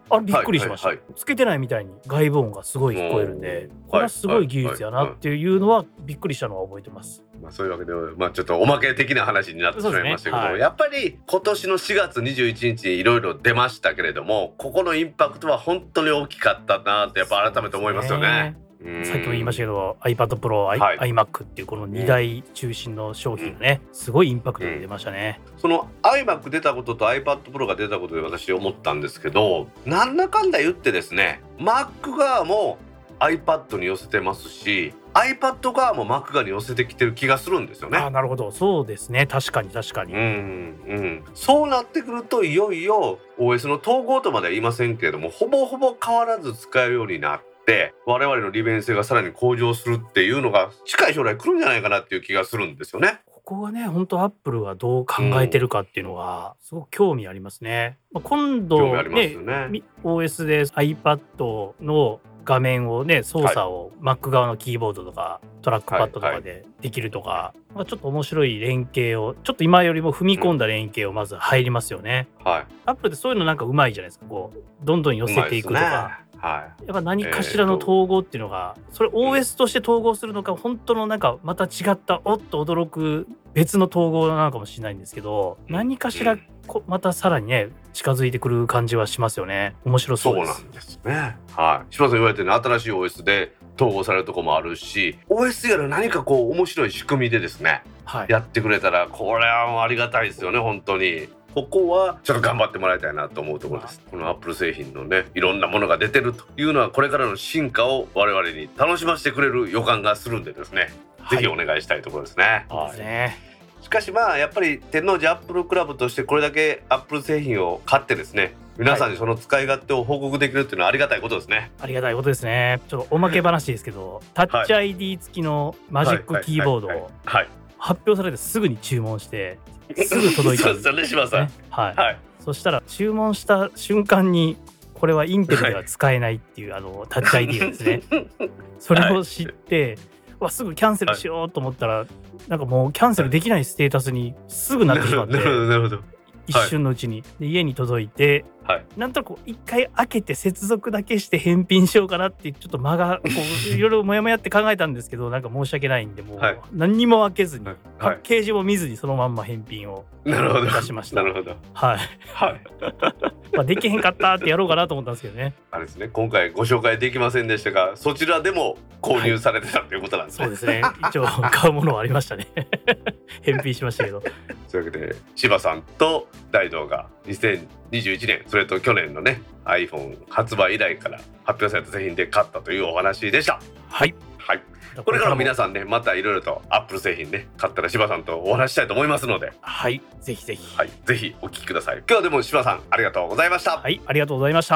びっくりしました、つけてないみたいに外部音がすごい聞こえるんで、これはすごい技術やなっていうのはびっくりしたのは覚えてます。 そういうわけで、ちょっとおまけ的な話になってしまいましたけど、やっぱり今年の4月21日にいろいろ出ましたけれども、ここのインパクトは本当に大きかったなってやっぱ改めて思いますよね。 さっきも言いましたけど iPad Pro、iMac っていうこの2台中心の商品がね、すごいインパクトで出ましたね。 その iMac 出たことと iPad Pro が出たことで私思ったんですけど、なんだかんだ言ってですね、 Mac 側も iPad に寄せてますし、 iPad 側も Mac 側に寄せてきてる気がするんですよね。 なるほど、そうですね、確かにそうなってくるといよいよ OS の統合とまでは言いませんけれども、ほぼほぼ変わらず使えるようになって、我々の利便性がさらに向上するっていうのが近い将来来るんじゃないかなっていう気がするんですよね。 ここはね、本当アップルがどう考えてるかっていうのがすごく興味ありますね。今度ね、OS で iPad の画面をね、操作を Mac 側のキーボードとかトラックパッドとかでできるとか、ちょっと面白い連携を、ちょっと今よりも踏み込んだ連携をまず入りますよね。アップルってそういうのなんかうまいじゃないですか。こうどんどん寄せていくとか。やっぱ何かしらの統合っていうのが、それ OS として統合するのか、本当のなんかまた違ったおっと驚く別の統合なのかもしれないんですけど、何かしらまたさらにね近づいてくる感じはしますよね。面白そうです。 そうなんですね。柴田さん言われてね、新しい OS で統合されるとこもあるし、 OS やら何かこう面白い仕組みでですね、やってくれたらこれはもうありがたいですよね。本当にここはちょっと頑張ってもらいたいなと思うところです。このアップル製品のね、いろんなものが出てるというのは、これからの進化を我々に楽しませてくれる予感がするんでですね、ぜひお願いしたいところですね。しかしやっぱり天王寺アップルクラブとしてこれだけアップル製品を買ってですね、皆さんにその使い勝手を報告できるっていうのはありがたいことですね。 ありがたいことですね。ちょっとおまけ話ですけど、タッチ ID 付きのマジックキーボードを発表されてすぐに注文してすぐ届いたんですね。そしたら注文した瞬間にこれはインテルでは使えないっていうタッチ ID ですね。それを知って、すぐキャンセルしようと思ったら、なんかもうキャンセルできないステータスにすぐなってしまって、一瞬のうちにで家に届いて、なんとなく一回開けて接続だけして返品しようかなってちょっと間がいろいろモヤモヤって考えたんですけど、なんか申し訳ないんで、もう何にも開けずに、パッケージも見ずにそのまんま返品を出しました。できへんかったってやろうかなと思ったんですけどね。 あれですね、今回ご紹介できませんでしたが、そちらでも購入されてたということなんですね。 そうですね、一応買うものはありましたね。返品しましたけど。 というわけで柴さんと大道が2021年、それと去年のね iPhone 発売以来から発表された製品で買ったというお話でした。これからも皆さんね、またいろいろとアップル製品ね買ったら柴さんとお話したいと思いますので、 ぜひぜひ、 ぜひお聞きください。今日はでも柴さんありがとうございました。 ありがとうございました。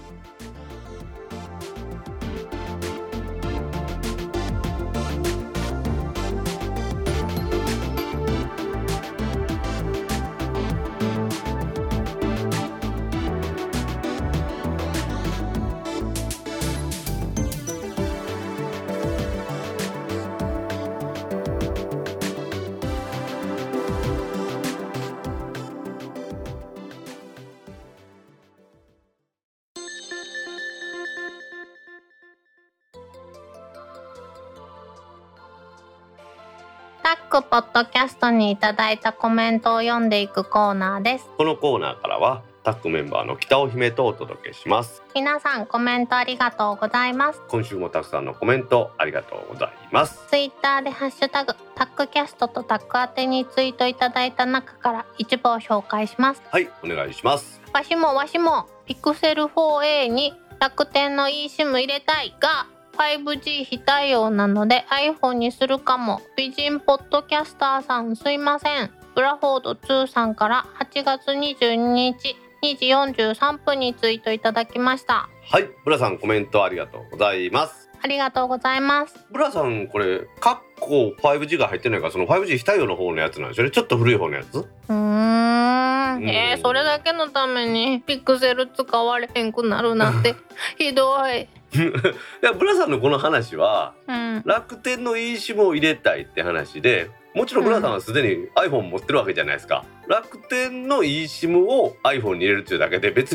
タックポッドキャストにいただいたコメントを読んでいくコーナーです。 このコーナーからはタックメンバーの北尾姫とお届けします。 皆さんコメントありがとうございます。 今週もたくさんのコメントありがとうございます。 ツイッターでハッシュタグタックキャストとタック宛てにツイートいただいた中から一部を紹介します。 お願いします。 わしもピクセル 4a に楽天の eSIM 入れたいが5G 非対応なので iPhone にするかも。美人ポッドキャスターさんすいません。ブラフォード2さんから8月22日2時43分にツイートいただきました。 ブラさんコメントありがとうございます。 ありがとうございます。 ブラさんこれ5G が入ってないから、その 5G 非対応の方のやつなんですよね。ちょっと古い方のやつ。 それだけのためにピクセル使われへんくなるなんてひどい。いやブラさんのこの話は、楽天の eSIM を入れたいって話で、もちろんブラさんはすでに iPhone 持ってるわけじゃないですか。楽天の eSIM を iPhone に入れるっていうだけで別に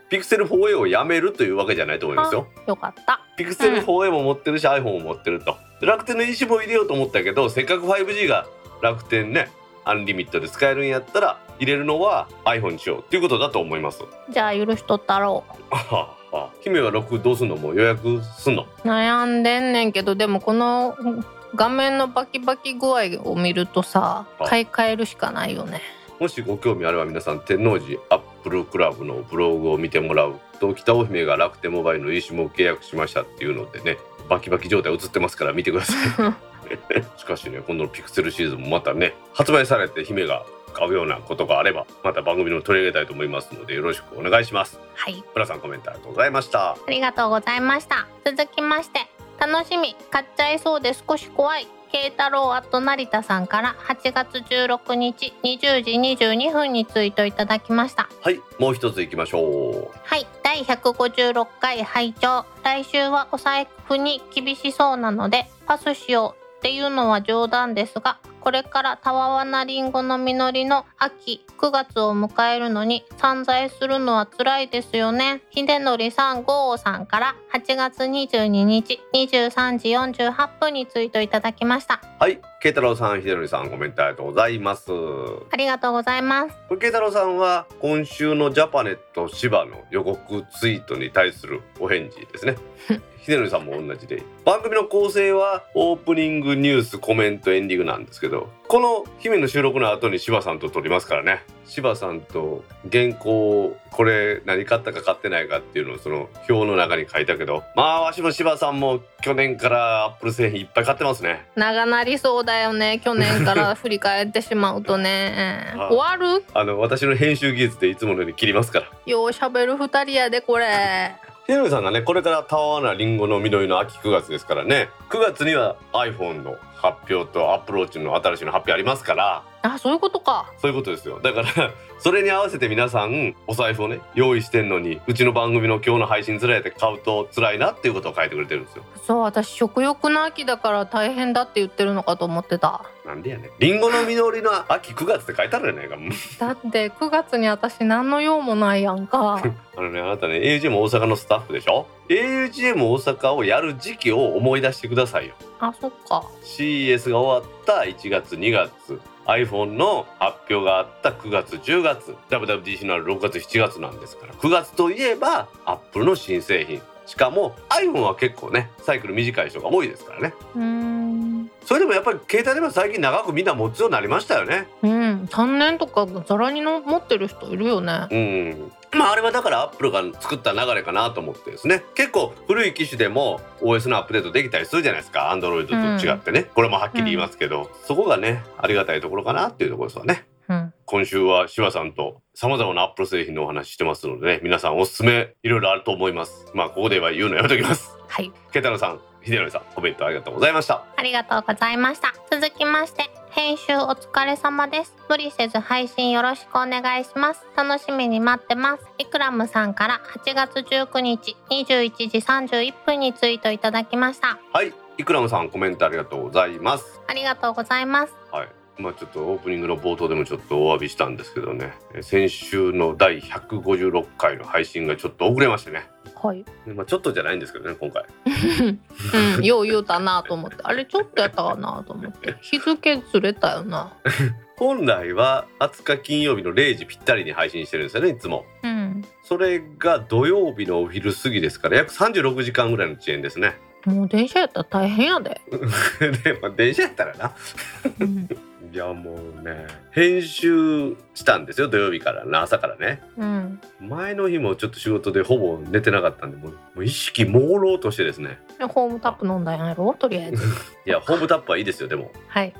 ピクセル 4A をやめるというわけじゃないと思いますよ。 よかった。 ピクセル 4A も持ってるし、iPhone も持ってると。楽天の eSIM も入れようと思ったけど、せっかく 5G が楽天ねアンリミットで使えるんやったら入れるのは iPhone にしようっていうことだと思います。 じゃあ許しとったろう。 姫は6どうすんの？もう予約すんの？ 悩んでんねんけど、でもこの画面のバキバキ具合を見るとさ、買い替えるしかないよね。 もしご興味あれば皆さん天王寺アップルクラブのブログを見てもらうと、北尾姫が楽天モバイルの eSIM を契約しましたっていうのでね、バキバキ状態映ってますから見てくださいしかしね、今度のピクセルシリーズもまたね発売されて姫が買うようなことがあればまた番組の取り上げたいと思いますのでよろしくお願いします。 はい。 プラさんコメントありがとうございました。 ありがとうございました。続きまして、楽しみ、買っちゃいそうで少し怖い慶太郎成田さんから8月16日20時22分にツイートいただきました。 はい、もう一ついきましょう。 はい、第156回拝聴。来週はお財布に厳しそうなのでパスしようっていうのは冗談ですが、これからたわわなりんごの実りの秋9月を迎えるのに散財するのは辛いですよね。秀則さん5さんから8月22日23時48分にツイートいただきました。 はい、慶太郎さん、秀則さんコメントありがとうございます。 ありがとうございます。 慶太郎さんは今週のジャパネット芝の予告ツイートに対するお返事ですね秀則さんも同じで、番組の構成はオープニング、ニュース、コメント、エンディングなんですけど、この姫の収録の後に柴さんと撮りますからね。柴さんと原稿、これ何買ったか買ってないかっていうのをその表の中に書いたけど、まあわしも柴さんも去年からアップル製品いっぱい買ってますね。 長なりそうだよね、去年から振り返ってしまうとね終わる？ 私の編集技術でいつものように切りますから。 ようしゃべる2人やでこれ。 秀則さんがね、これからたわわなりんごの実りの秋9月ですからね、9月には iPhone の発表と Apple Watch の新しいの発表ありますから。 あ、そういうことか。 そういうことですよ。だからそれに合わせて皆さんお財布をね用意してんのに、うちの番組の今日の配信辛いって買うと辛いなっていうことを書いてくれてるんですよ。 そう、私食欲の秋だから大変だって言ってるのかと思ってた。 なんでやねん。リンゴの実りの秋9月って書いてあるじゃないかだって9月に私何の用もないやんかあなたね、 AUGM 大阪のスタッフでしょ。 AUGM 大阪をやる時期を思い出してくださいよ。 あ、そっか。 CES が終わった1月2月、iPhone の発表があった9月10月、 WWDC のある6月7月なんですから、9月といえば Apple の新製品、しかも iPhone は結構ねサイクル短い人が多いですからね。それでもやっぱり携帯でも最近長くみんな持つようになりましたよね。 3年とかざらにの持ってる人いるよね。 まああれはだからアップルが作った流れかなと思ってですね、結構古い機種でも OS のアップデートできたりするじゃないですか、 Android と違ってね、これもはっきり言いますけど、そこがねありがたいところかなっていうところですわね。今週は柴さんと様々なアップル製品のお話してますのでね、皆さんおすすめいろいろあると思います。まあここでは言うのやめときます。 はい。 慶太郎さん、秀則さん、コメントありがとうございました。 ありがとうございました。続きまして、編集お疲れ様です。無理せず配信よろしくお願いします。楽しみに待ってます。イクラムさんから8月19日21時31分にツイートいただきました。 はい、イクラムさんコメントありがとうございます。 ありがとうございます。 はい、まあちょっとオープニングの冒頭でもちょっとお詫びしたんですけどね、先週の第156回の配信がちょっと遅れましてね。 はい。 まあちょっとじゃないんですけどね今回よう言うたなと思って、あれちょっとやったかなと思って日付ずれたよな本来は20日金曜日の0時ぴったりに配信してるんですよねいつも。それが土曜日のお昼過ぎですから約36時間ぐらいの遅延ですね。 もう電車やったら大変やででも電車やったらな、いやもうね編集したんですよ土曜日からの朝からね、前の日もちょっと仕事でほぼ寝てなかったんでもう意識朦朧としてですね。 ホームタップ飲んだんやろとりあえずいやホームタップはいいですよでもはい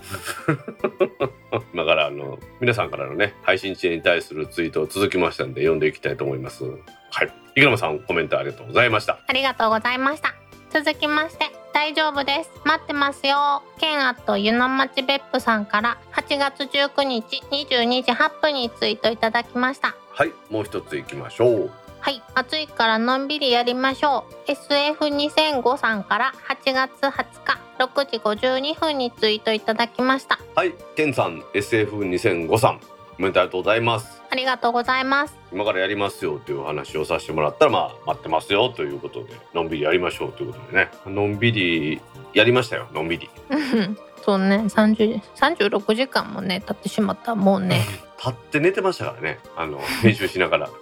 だから皆さんからのね配信遅延に対するツイートを続きましたんで読んでいきたいと思います。はい、イクラムさんコメントありがとうございました。 ありがとうございました。続きまして、大丈夫です待ってますよケンアット湯の町別府さんから8月19日22時8分にツイートいただきました。 はい、もう一ついきましょう。 はい、暑いからのんびりやりましょう。 SF2005 さんから8月20日6時52分にツイートいただきました。 はい、ケンさん SF2005 さんメントありがとうございます。 ありがとうございます。 今からやりますよという話をさせてもらったら、待ってますよということで、のんびりやりましょうということでね、のんびりやりましたよ。のんびりそうね、36時間もね経ってしまったもうね立って寝てましたからね、編集しながら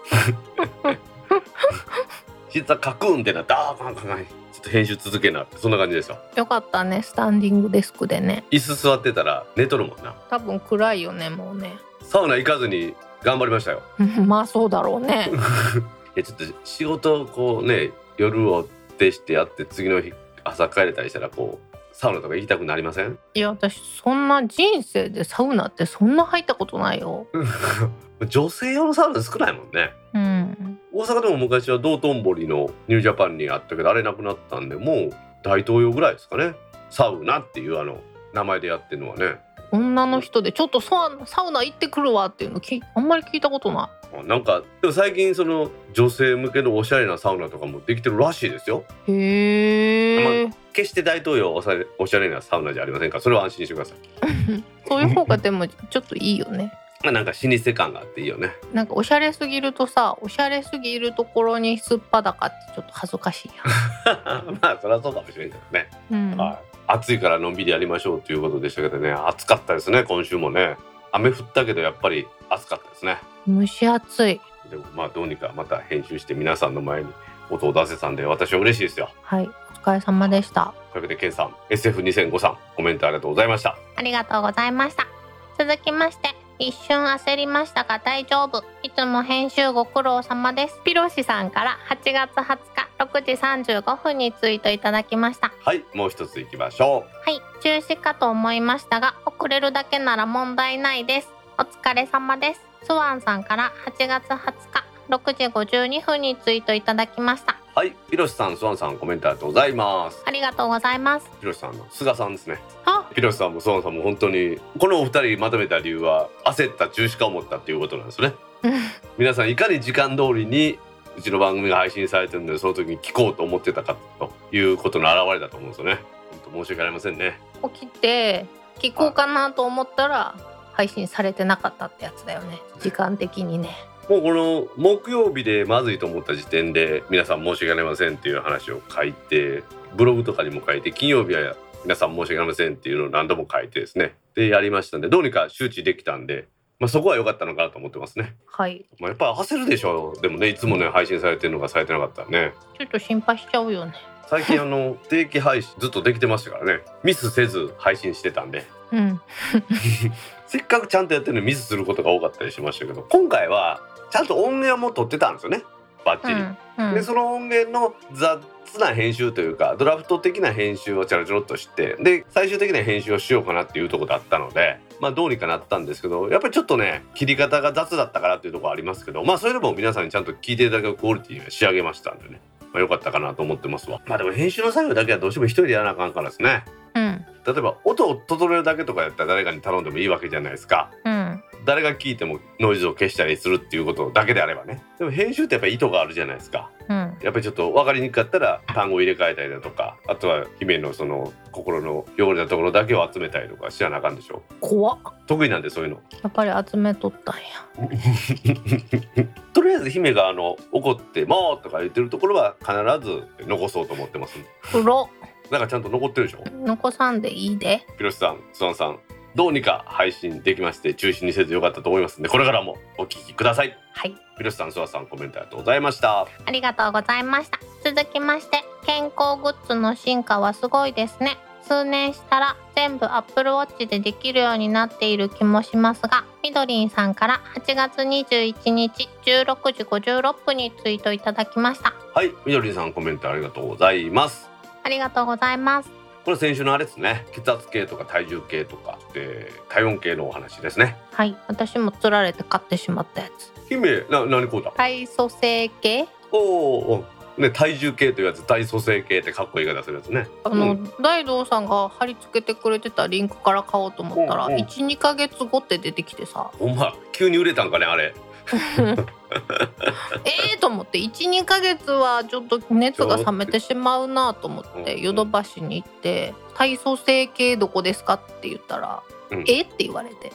実はカクーンってなって、ちょっと編集続けなって、そんな感じですよ。 よかったね、スタンディングデスクでね。 椅子座ってたら寝とるもんな。 多分暗いよね、もうね。 サウナ行かずに頑張りましたよまあそうだろうねいやちょっと仕事こうね、夜を徹してやって次の日朝帰れたりしたら、こうサウナとか行きたくなりません？ いや私そんな人生でサウナってそんな入ったことないよ女性用のサウナ少ないもんね。大阪でも昔は道頓堀のニュージャパンにあったけど、あれなくなったんで、もう大東洋ぐらいですかね、サウナっていう名前でやってるのはね。 女の人でちょっとサウナ行ってくるわっていうのあんまり聞いたことない。 なんかでも最近その女性向けのおしゃれなサウナとかもできてるらしいですよ。 へー、 決して大東洋おしゃれなサウナじゃありませんから、それは安心してくださいそういう方がでもちょっといいよねなんか老舗感があっていいよね。 なんかおしゃれすぎるとさ、おしゃれすぎるところにすっぱだかってちょっと恥ずかしいやんまあそりゃそうかもしれないけどね、はい、暑いからのんびりやりましょうということでしたけどね、暑かったですね。今週もね、雨降ったけどやっぱり暑かったですね。 蒸し暑い。 でもどうにかまた編集して皆さんの前に音を出せたんで、私は嬉しいですよ。 はい、お疲れ様でした。 というわけでケンさん SF2005 さん、コメントありがとうございました。 ありがとうございました。続きまして、一瞬焦りましたが大丈夫、いつも編集ご苦労様です。ピロシさんから8月20日6時35分にツイートいただきました。 はい、もう一ついきましょう。はい、中止かと思いましたが遅れるだけなら問題ないです。お疲れ様です。スワンさんから8月20日6時52分にツイートいただきました。 はい、ピロシさん、スワンさん、コメントありがとうございます。 ありがとうございます。 ピロシさんの菅さんですね。ピロシさんもスワンさんも本当にこのお二人まとめた理由は、焦った中止か思ったっていうことなんですね皆さんいかに時間通りにうちの番組が配信されてるので、その時に聞こうと思ってたかということの表れだと思うんですよね。本当申し訳ありませんね。 起きて聞こうかなと思ったら配信されてなかったってやつだよね、時間的にね。 もうこの木曜日でまずいと思った時点で、皆さん申し訳ありませんっていう話を書いて、ブログとかにも書いて、金曜日は皆さん申し訳ありませんっていうのを何度も書いてですね、でやりましたんで、どうにか周知できたんで、そこは良かったのかなと思ってますね。 はい。 やっぱり焦るでしょ。でもね、いつもね配信されてるのがされてなかったらね、 ちょっと心配しちゃうよね。 最近定期配信ずっとできてましたからね、ミスせず配信してたんでせっかくちゃんとやってるのにミスすることが多かったりしましたけど、今回はちゃんと音源も取ってたんですよね、バッチリ、でその音源の雑な編集というかドラフト的な編集をちゃらちゃらっとして、で最終的な編集をしようかなっていうところだったので、どうにかなったんですけど、やっぱりちょっとね切り方が雑だったからっていうところありますけど、それでも皆さんにちゃんと聞いていただくクオリティに仕上げましたんでね、良かったかなと思ってますわ。でも編集の作業だけはどうしても一人でやらなあかんからですね。例えば音を整えるだけとかやったら誰かに頼んでもいいわけじゃないですか。誰が聞いてもノイズを消したりするっていうことだけであればね。でも編集ってやっぱり意図があるじゃないですか。やっぱりちょっと分かりにくかったら単語を入れ替えたりだとか、あとは姫のその心の汚れたところだけを集めたりとかしなあかんでしょ。 怖っ。 得意なんでそういうの。 やっぱり集めとったんやとりあえず姫が怒ってもうとか言ってるところは必ず残そうと思ってますんで。なんかちゃんと残ってるでしょ。 残さんでいいで。 ピロシさん、スワンさん、どうにか配信できまして中止にせずよかったと思いますので、これからもお聞きください。 はい。 ピロシさん、スワンさん、コメントありがとうございました。 ありがとうございました。続きまして、健康グッズの進化はすごいですね。数年したら全部 Apple Watch でできるようになっている気もしますが、みどりんさんから8月21日16時56分にツイートいただきました。 はい、みどりんさん、コメントありがとうございます。 ありがとうございます。 これ先週のあれですね、血圧計とか体重計とかで体温計のお話ですね。 はい、私も釣られて買ってしまったやつ。 姫、何こうだ。 体組成計。 ね、体重計というやつ、体組成計ってかっこいい言い方するやつね。 大道さんが貼り付けてくれてたリンクから買おうと思ったら、1,2 ヶ月後って出てきてさ、 急に売れたんかねあれと思って、 1,2 ヶ月はちょっと熱が冷めてしまうなと思ってヨドバシに行って、体組成計どこですかって言ったらって言われて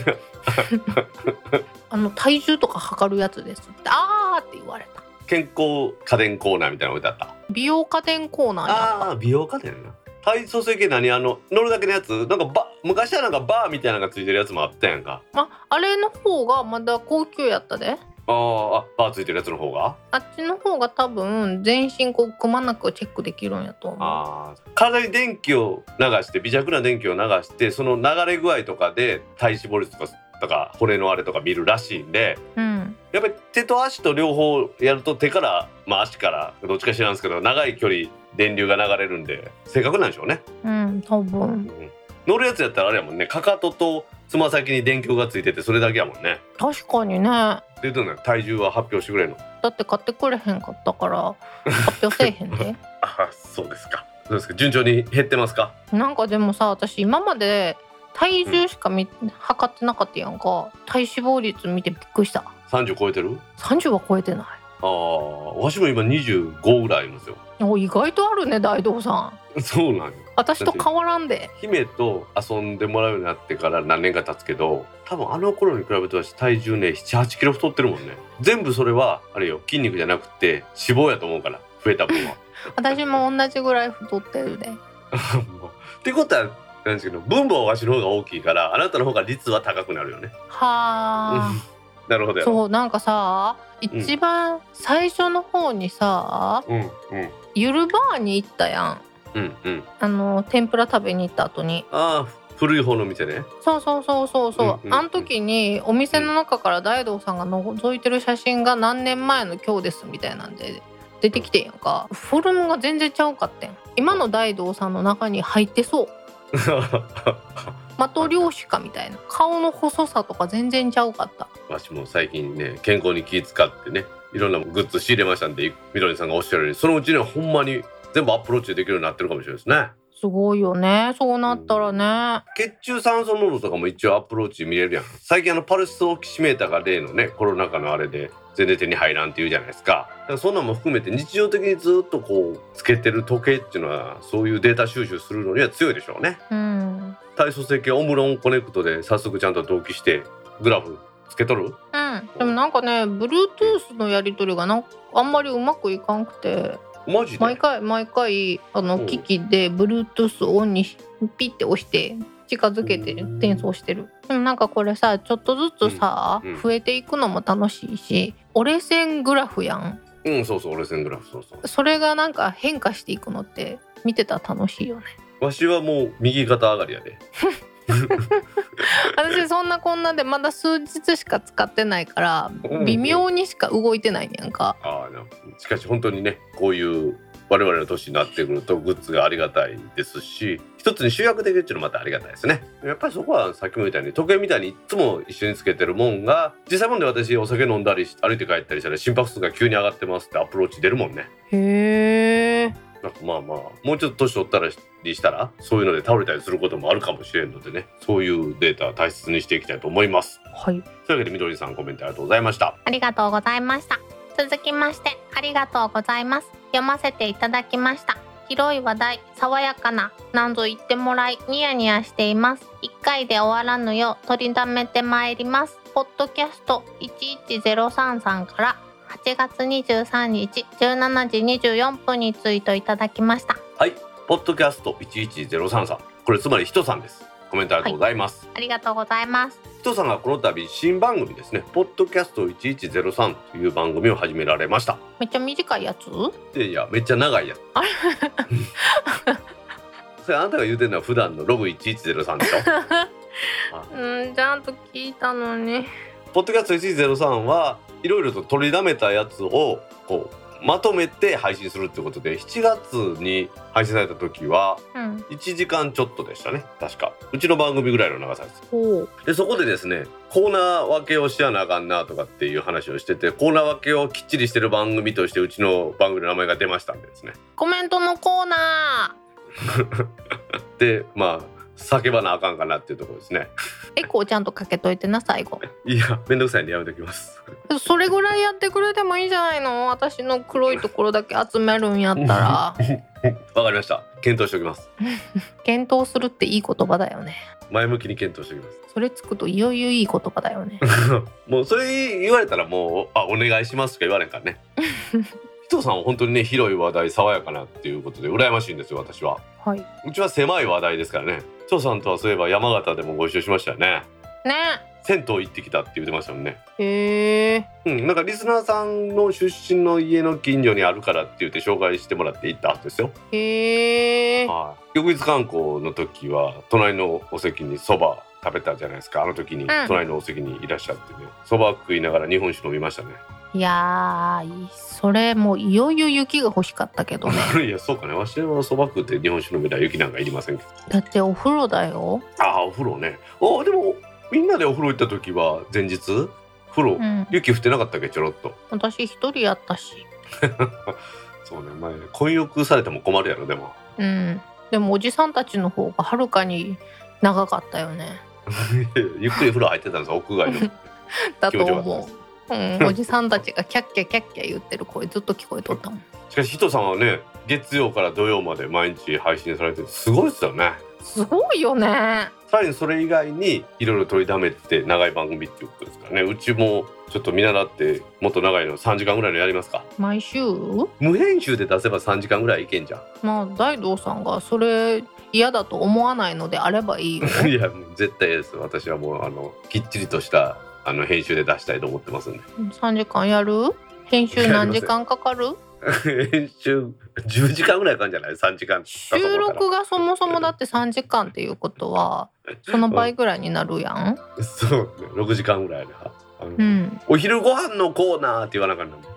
体重とか測るやつですって、あーって言われた。 健康家電コーナーみたいなの置いてあった。 美容家電コーナーにあった。 美容家電な。体組成計何乗るだけのやつ、なんか昔はなんかバーみたいなのがついてるやつもあったやんか。 あれの方がまだ高級やったで。 バーついてるやつの方が、 あっちの方が多分全身こうくまなくチェックできるんやと思う。 体に電気を流して、微弱な電気を流して、その流れ具合とかで体脂肪率とか骨のあれとか見るらしいんで、やっぱり手と足と両方やると、手から足からどっちか知らんすけど長い距離電流が流れるんで正確なんでしょうね。多分、乗るやつやったらあれやもんね、かかととつま先に電極がついててそれだけやもんね。 確かにね。 でどうなの、体重は発表してくれるの？ だって買ってくれへんかったから発表せえへんでそうですか。どうですか、順調に減ってますか？ なんかでもさ、私今まで体重しか測ってなかったやんか。体脂肪率見てびっくりした。 30超えてる ？30は超えてない。 わしも今25ぐらいありますよ。 意外とあるね、大道さん。 そうなんよ。 私と変わらんで。 姫と遊んでもらうようになってから何年か経つけど、多分あの頃に比べて私体重ね 7,8 キロ太ってるもんね。全部それはあれよ、筋肉じゃなくて脂肪やと思うから、増えた分は私も同じぐらい太ってるでってことはなんですけど、分母はわしの方が大きいから、あなたの方が率は高くなるよね。 はあなるほどやろ。 そう、なんかさ、一番最初の方にさ、ゆるバーに行ったやん。天ぷら食べに行った後に。 古い方の店ね。 そう、あの時にお店の中から大道さんが覗いてる写真が何年前の今日ですみたいなんで出てきてんやんか。フォルムが全然ちゃうかってん。今の大道さんの中に入ってそうマトリョーシカみたいな顔の細さとか全然ちゃうかった。 私も最近ね、健康に気使ってね、いろんなグッズ仕入れましたんで、みどりさんがおっしゃるように、そのうちにはほんまに全部アプローチできるようになってるかもしれないですね。 すごいよね、そうなったらね。 血中酸素濃度とかも一応アプローチ見れるやん。最近パルスオキシメーターが例のね、コロナ禍のあれで全然手に入らんっていうじゃないですか。だからそんなのも含めて日常的にずっとこうつけてる時計っていうのは、そういうデータ収集するのには強いでしょうね。体組成計オムロンコネクトで早速ちゃんと同期してグラフつけとる？でもなんかね、 Bluetooth のやり取りがあんまりうまくいかんくて、 マジで毎回機器で Bluetooth をオンにピッて押して近づけて転送してる。でもなんかこれさ、ちょっとずつさ、増えていくのも楽しいし、折れ線グラフやん。 そう折れ線グラフ。 それがなんか変化していくのって見てたら楽しいよね。 わしはもう右肩上がりやで私そんなこんなでまだ数日しか使ってないから微妙にしか動いてないねやんか。 しかし本当にね、こういう我々の年になってくるとグッズがありがたいですし、一つに集約できるっていうのもまたありがたいですね。やっぱりそこはさっきも言ったように、時計みたいにいつも一緒につけてるもんが、実際もんで私お酒飲んだり歩いて帰ったりしたら心拍数が急に上がってますってアプローチ出るもんね。 へー。 まあもうちょっと年取ったりしたらそういうので倒れたりすることもあるかもしれんのでね、そういうデータは大切にしていきたいと思います。 はい。 というわけでみどりさん、コメントありがとうございました。 ありがとうございました。続きましてありがとうございます。読ませていただきました。広い話題、爽やかな、なんぞ言ってもらいニヤニヤしています。1回で終わらぬよう取りだめてまいります。ポッドキャスト11033さんから8月23日17時24分にツイートいただきました。 はい、ポッドキャスト11033さん、これつまり人さんです。コメントありがとうございます。 ありがとうございます。 人さんがこの度新番組ですね、ポッドキャスト1103という番組を始められました。めっちゃ短いやつ？いやめっちゃ長いやつ。それあなたが言うてるのは普段のログ1103でしょちゃんと聞いたのに。ポッドキャスト1103はいろいろと取りだめたやつをこうまとめて配信するってことで、7月に配信された時は1時間ちょっとでしたね、確か。うちの番組ぐらいの長さです。でそこでですね、コーナー分けをしやなあかんなとかっていう話をしてて、コーナー分けをきっちりしてる番組としてうちの番組の名前が出ましたんでですね、コメントのコーナーで叫ばなあかんかなっていうところですね。エコーちゃんとかけといてな、最後。いやめんどくさいんでやめときます。それぐらいやってくれてもいいんじゃないの？私の黒いところだけ集めるんやったら。わかりました。 検討しておきます。 検討するっていい言葉だよね。 前向きに検討しておきます。 それつくといよいよいい言葉だよね。 もうそれ言われたらもうお願いしますとか言われんからね。人さんは本当にね広い話題爽やかなっていうことで羨ましいんですよ私は。 はい。 うちは狭い話題ですからね。人さんとはそういえば山形でもご一緒しましたよね。 ね。 銭湯行ってきたって言ってましたもんね。 へえ。 なんかリスナーさんの出身の家の近所にあるからって言って紹介してもらって行ったんですよ。 へえ。 はい。翌日観光の時は隣のお席にそば食べたじゃないですか。あの時に隣のお席にいらっしゃってね、そば食いながら日本酒飲みましたね。 いやー、それもういよいよ雪が欲しかったけどね。 いやそうかね。わしはそば食って日本酒飲めたら雪なんかいりませんけど。 だってお風呂だよ。 お風呂ね。でもみんなでお風呂行った時は前日風呂、雪降ってなかったっけちょろっと。 私一人やったし。 そうね。前混浴されても困るやろでも。 でもおじさんたちの方がはるかに長かったよね。 ゆっくり風呂入ってたんです屋外の。 だと思う。おじさんたちがキャッキャキャッキャ言ってる声ずっと聞こえとったもん。 しかし人さんはね月曜から土曜まで毎日配信されててすごいですよね。 すごいよね。 さらにそれ以外にいろいろ取りだめて長い番組っていうことですからね。うちもちょっと見習ってもっと長いの3時間ぐらいのやりますか。 毎週無編集で出せば3時間ぐらいいけんじゃん。 まあ大道さんがそれ嫌だと思わないのであればいいよ。 いや絶対です。私はもうきっちりとした編集で出したいと思ってますんで。 3時間やる？編集何時間かかる？ 編集10時間ぐらいかかるんじゃない？ 3 時間。 収録がそもそもだって3時間っていうことはその倍ぐらいになるやん。 そうね、6時間ぐらいで、お昼ご飯のコーナーって言わなかったの。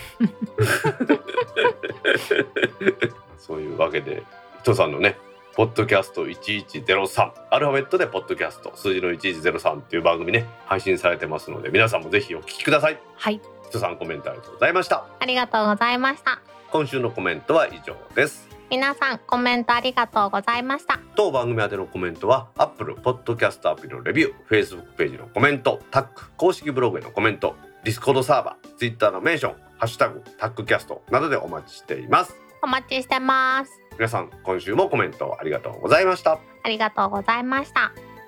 そういうわけで人さんのねポッドキャスト1103アルファベットでポッドキャスト数字の1103っていう番組ね配信されてますので皆さんもぜひお聞きください。 はい。 人さんコメントありがとうございました。 ありがとうございました。 今週のコメントは以上です。 皆さんコメントありがとうございました。 当番組宛てのコメントは Apple Podcast アプリのレビュー、Facebook ページのコメント、タック公式ブログへのコメント、Discord サーバー、Twitter のメンション、ハッシュタグタックキャストなどでお待ちしています。 お待ちしてます。 皆さん今週もコメントありがとうございました。 ありがとうございました。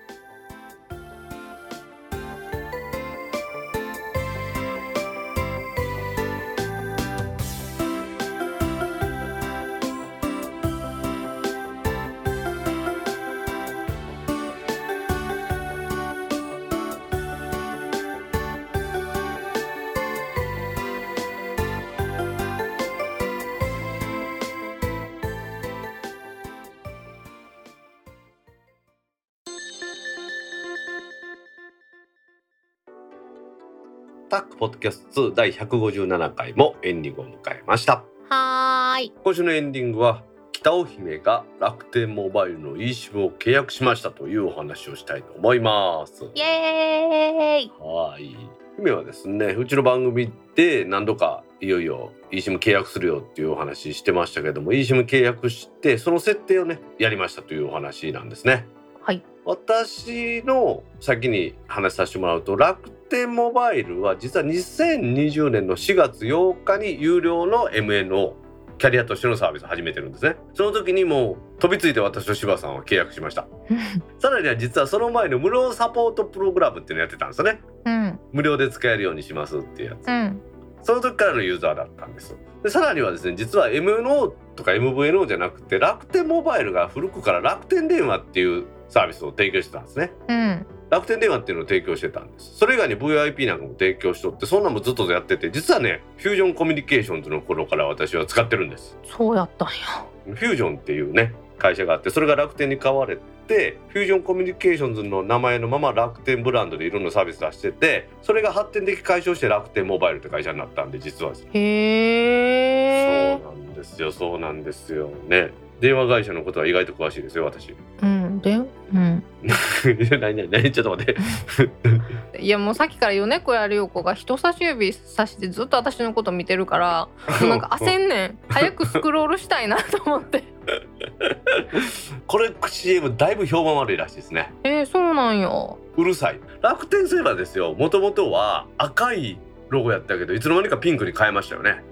タックポッドキャスト2第157回もエンディングを迎えました。 はーい。 今週のエンディングは北尾姫が楽天モバイルの eSIM を契約しましたというお話をしたいと思います。 イエーイ。 はい。姫はですねうちの番組で何度かいよいよ eSIM 契約するよっていうお話してましたけども eSIM 契約してその設定をねやりましたというお話なんですね。 はい。 私の先に話させてもらうと楽天モバイルは実は2020年の4月8日に有料の MNO キャリアとしてのサービスを始めてるんですね。その時にもう飛びついて私と柴さんは契約しました。さらには実はその前の無料サポートプログラムっていうのやってたんですよね。無料で使えるようにしますっていうやつ、その時からのユーザーだったんです。でさらにはですね実は MNO とか MVNO じゃなくて楽天モバイルが古くから楽天電話っていうサービスを提供してたんですね。楽天電話っていうのを提供してたんです。それ以外に VIP なんかも提供しとってそんなのもずっとやってて実はねフュージョンコミュニケーションズの頃から私は使ってるんです。 そうやったんや。 フュージョンっていうね会社があってそれが楽天に買われてフュージョンコミュニケーションズの名前のまま楽天ブランドでいろんなサービス出しててそれが発展的解消して楽天モバイルって会社になったんで実はですね。 へー。 そうなんですよそうなんですよね。電話会社のことは意外と詳しいですよ私。何ちょっと待っていやもうさっきから米子や涼子が人差し指さしてずっと私のこと見てるからもうなんか焦んねん早くスクロールしたいなと思ってこれ CM だいぶ評判悪いらしいですね。 そうなんよ。 うるさい。楽天そういえばですよもともとは赤いロゴやったけどいつの間にかピンクに変えましたよね。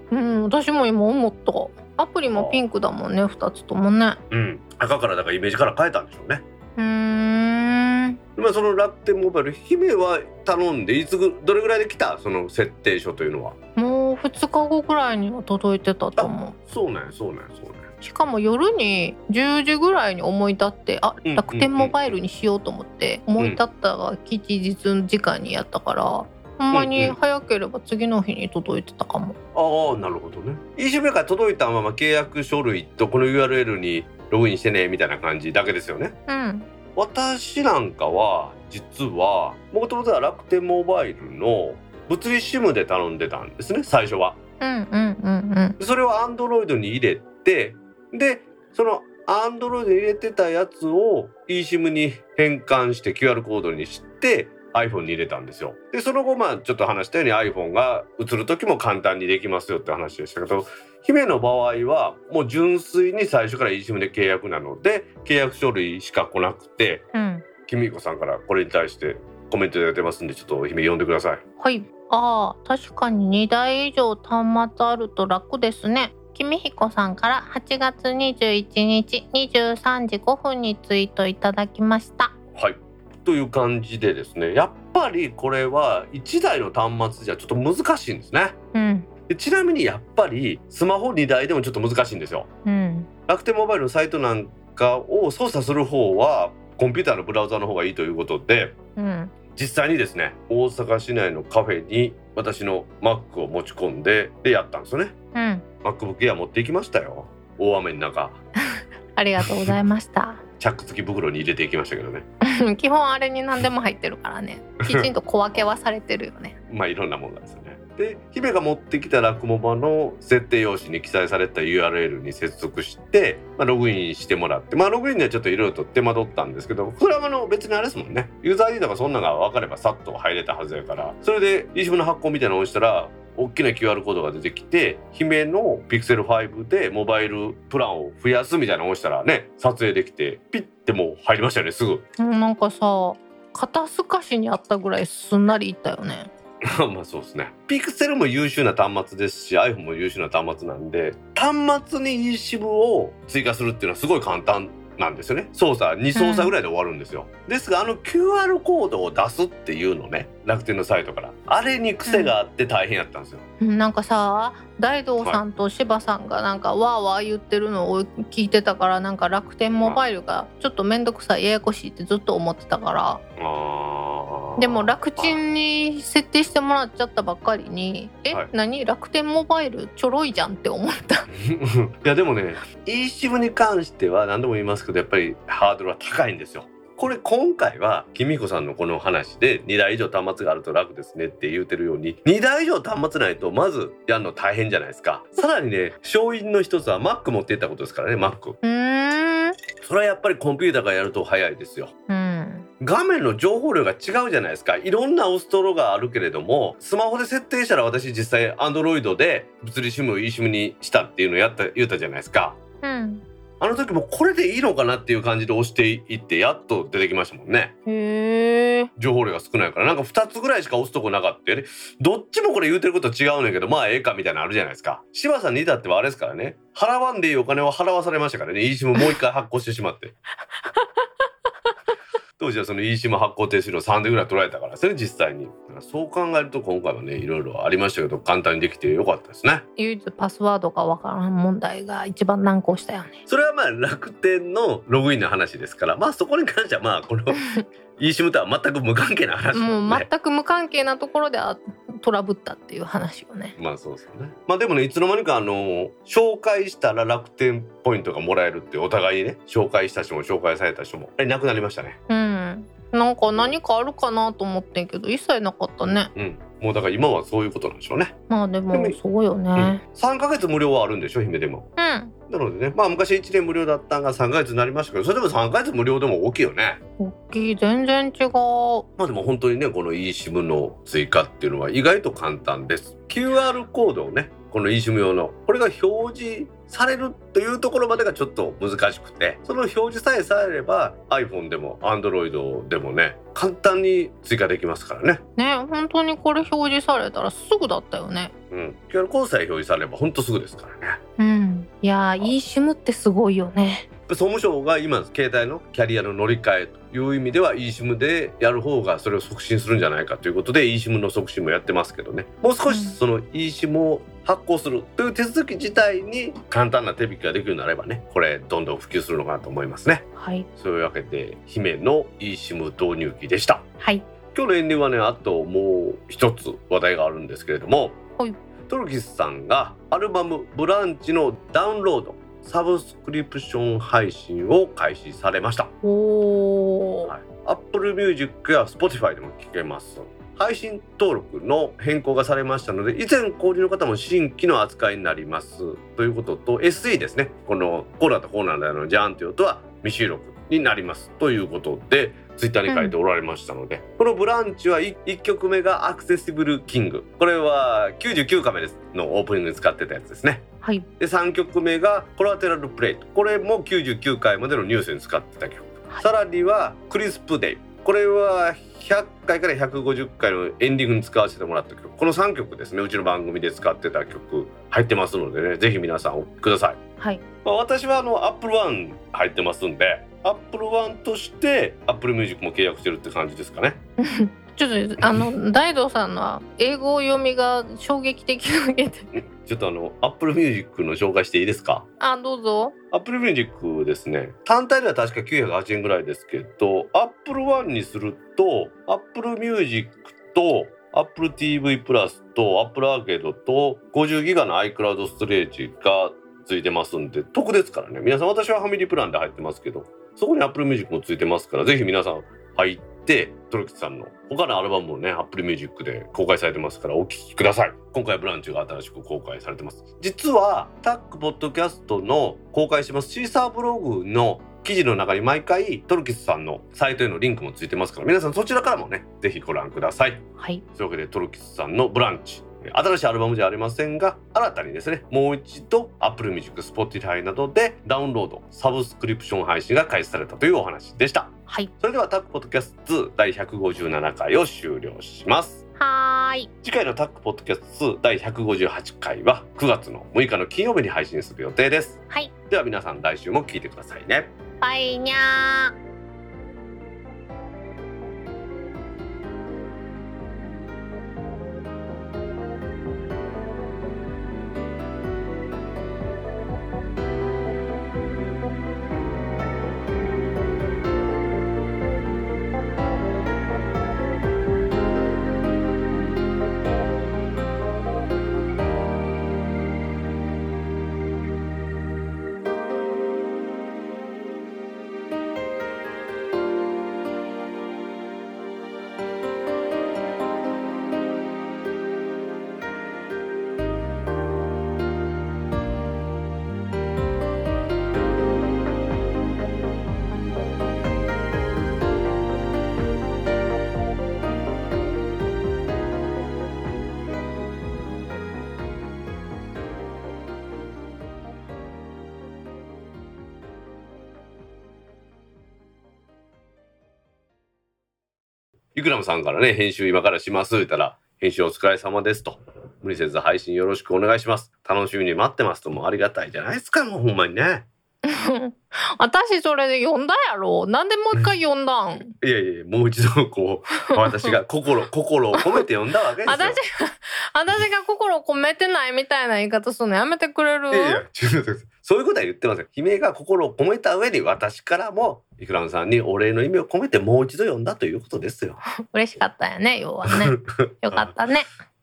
私も今思った。アプリもピンクだもんね、2つともね。 赤からだからイメージから変えたんでしょうね。その楽天モバイル、姫は頼んでどれぐらいで来た、その設定書というのは。 もう2日後ぐらいには届いてたと思う。 そうね。 しかも夜に10時ぐらいに思い立って、楽天モバイルにしようと思って思い立ったが吉日時間にやったから、ほんまに早ければ次の日に届いてたかも。 なるほどね。eSIMから届いたまま契約書類とこの URL にログインしてねみたいな感じだけですよね。私なんかは実はもともとは楽天モバイルの物理 SIM で頼んでたんですね、最初は。それを Android に入れて、でその Android に入れてたやつを eSIM に変換して QR コードにして iPhone に入れたんですよ。でその後ちょっと話したように iPhone が映る時も簡単にできますよって話でしたけど、姫の場合はもう純粋に最初から eSIM で契約なので契約書類しか来なくて、きみこさんからこれに対してコメントいただいてますんで、ちょっと姫読んでください。 はい。確かに2台以上端末あると楽ですね。きみひこさんから8月21日23時5分にツイートいただきました。 はい、という感じでですね、やっぱりこれは1台の端末じゃちょっと難しいんですね。でちなみにやっぱりスマホ2台でもちょっと難しいんですよ。楽天モバイルのサイトなんかを操作する方はコンピューターのブラウザの方がいいということで、実際にですね大阪市内のカフェに私の Mac を持ち込んでやったんですよね。MacBook Air 持っていきましたよ、大雨の中ありがとうございましたチャック付き袋に入れていきましたけどね基本あれに何でも入ってるからね、きちんと小分けはされてるよねいろんなものなんですよね。で姫が持ってきたラクモバの設定用紙に記載された URL に接続して、ログインしてもらって、ログインではちょっといろいろと手間取ったんですけど、それは別にあれですもんね、ユーザー ID とかそんなのが分かればさっと入れたはずやから、それで eSIM の発行みたいなのを押したら大きな QR コードが出てきて、姫の Pixel 5でモバイルプランを増やすみたいなのを押したらね、撮影できてピッてもう入りましたよね、すぐ。 なんかさ、肩透かしにあったぐらいすんなりいったよねそうですね。ピクセルも優秀な端末ですし iPhone も優秀な端末なんで、端末に eSIM を追加するっていうのはすごい簡単なんですよね。2操作ぐらいで終わるんですよ。ですがQR コードを出すっていうのね、楽天のサイトからあれに癖があって大変やったんですよ。 なんかさ、大道さんと柴さんがなんかわーわー言ってるのを聞いてたから、なんか楽天モバイルがちょっとめんどくさいややこしいってずっと思ってたから、でも楽ちんに設定してもらっちゃったばっかりに何楽天モバイルちょろいじゃんって思ったいやでもね eSIM に関しては何度も言いますけど、やっぱりハードルは高いんですよ。これ今回はきみこさんのこの話で2台以上端末があると楽ですねって言うてるように、2台以上端末ないとまずやるの大変じゃないですか。さらにね、勝因の一つは Mac 持っていったことですからね。 Mac それはやっぱりコンピューターがやると早いですよ。画面の情報量が違うじゃないですか。いろんな押すところがあるけれども、スマホで設定したら私実際 Android で物理 SIM を eSIM にしたっていうのを言ったじゃないですか。あの時もこれでいいのかなっていう感じで押していってやっと出てきましたもんね。情報量が少ないから、なんか2つぐらいしか押すとこなかったよね。どっちもこれ言うてること違うねんけど、ええかみたいなのあるじゃないですか。柴さんに至ってはあれですからね、払わんでいいお金を払わされましたからね、eSIM もう一回発行してしまって当時はその eSIM 発行手数料3年ぐらい取られたからですね、実際に。そう考えると今回はね、いろいろありましたけど簡単にできてよかったですね。 唯一パスワードがわからん問題が一番難航したよね。 それは楽天のログインの話ですから、そこに関してはこのeSIM とは全く無関係な話、 もう全く無関係なところでトラブったっていう話よね。 そうですよね。でもね、いつの間にか紹介したら楽天ポイントがもらえるってお互いにね、紹介した人も紹介された人もなくなりましたね。 なんか何かあるかなと思ってんけど一切なかったね。 もうだから今はそういうことなんでしょうね。 でもそうよね。 3ヶ月無料はあるんでしょ、姫でも。なのでね、昔1年無料だったのが3ヶ月になりましたけど、それでも3ヶ月無料でも大きいよね。 大きい、全然違う。 でも本当にね、この eSIM の追加っていうのは意外と簡単です。QR コードをね、この eSIM 用のこれが表示されるというところまでがちょっと難しくて、その表示さえされれば iPhone でも Android でもね簡単に追加できますからね。 ね、本当にこれ表示されたらすぐだったよね。 QR コードさえ表示されれば本当すぐですからね。いやー、eSIM ってすごいよね。 総務省が今携帯のキャリアの乗り換えという意味では eSIM でやる方がそれを促進するんじゃないかということで eSIM の促進もやってますけどね、もう少しその eSIM を発行するという手続き自体に簡単な手引きができるようになればね、これどんどん普及するのかなと思いますね。 はい。 そういうわけで姫の eSIM 導入機でした。 はい。 今日のエンディングはね、あともう一つ話題があるんですけれども、 はい、 トルキスさんがアルバムブランチのダウンロードサブスクリプション配信を開始されました。はい、Apple Music や Spotify でも聴けます。配信登録の変更がされましたので、以前購入の方も新規の扱いになりますということと、 SE ですね、このコーナーとコーナーのジャンという音は未収録になりますということでツイッターに書いておられましたので、このブランチは 1曲目がアクセシブルキング、これは99回目のオープニングに使ってたやつですね。 はい。 で3曲目がコラテラルプレイト、これも99回までのニュースに使ってた曲、はい、さらにはクリスプデイ、これは100回から150回のエンディングに使わせてもらった曲、この3曲ですね、うちの番組で使ってた曲入ってますのでね、ぜひ皆さんお聴きください。 はい。 私はApple One 入ってますんで、Apple One として Apple Music も契約してるって感じですかね。 ちょっと大道さんの英語読みが衝撃的すぎてちょっとApple Music の紹介していいですか？ どうぞ。 Apple Music ですね、単体では確か908円ぐらいですけど、Apple One にすると Apple Music と Apple TV プラスと Apple Arcade と 50GB の iCloud ストレージがついてますんで得ですからね。皆さん、私はファミリープランで入ってますけど、そこに Apple Music もついてますから、ぜひ皆さん入ってトルキさんの他のアルバムもね Apple Music で公開されてますからお聴きください。今回ブランチが新しく公開されてます。実はタックポッドキャストの公開しますシーサーブログの記事の中に毎回トルキスさんのサイトへのリンクもついてますから、皆さんそちらからもねぜひご覧ください。 はい。 というわけでトルキスさんのブランチ、新しいアルバムじゃありませんが、新たにですね、もう一度 Apple Music、Spotify などでダウンロード、サブスクリプション配信が開始されたというお話でした。 はい。 それではタックポッドキャスト第157回を終了します。 はい。 次回のタックポッドキャスト第158回は9月の6日の金曜日に配信する予定です。 はい。 では皆さん来週も聞いてくださいね。 バイニャー。 ゆくらむさんからね、編集今からします言ったら、編集お疲れ様ですと、無理せず配信よろしくお願いします、楽しみに待ってますと、もありがたいじゃないですか。もうほんまにね私それで読んだやろ。なんでもう一回読んだん？ いやいや、もう一度こう私が心を込めて読んだわけですよ。 私が心を込めてないみたいな言い方するのやめてくれる？ いやいや、そういうことは言ってません。姫が心を込めた上に、私からもイクラムさんにお礼の意味を込めてもう一度読んだということですよ。 嬉しかったよね、要はね。よかったね。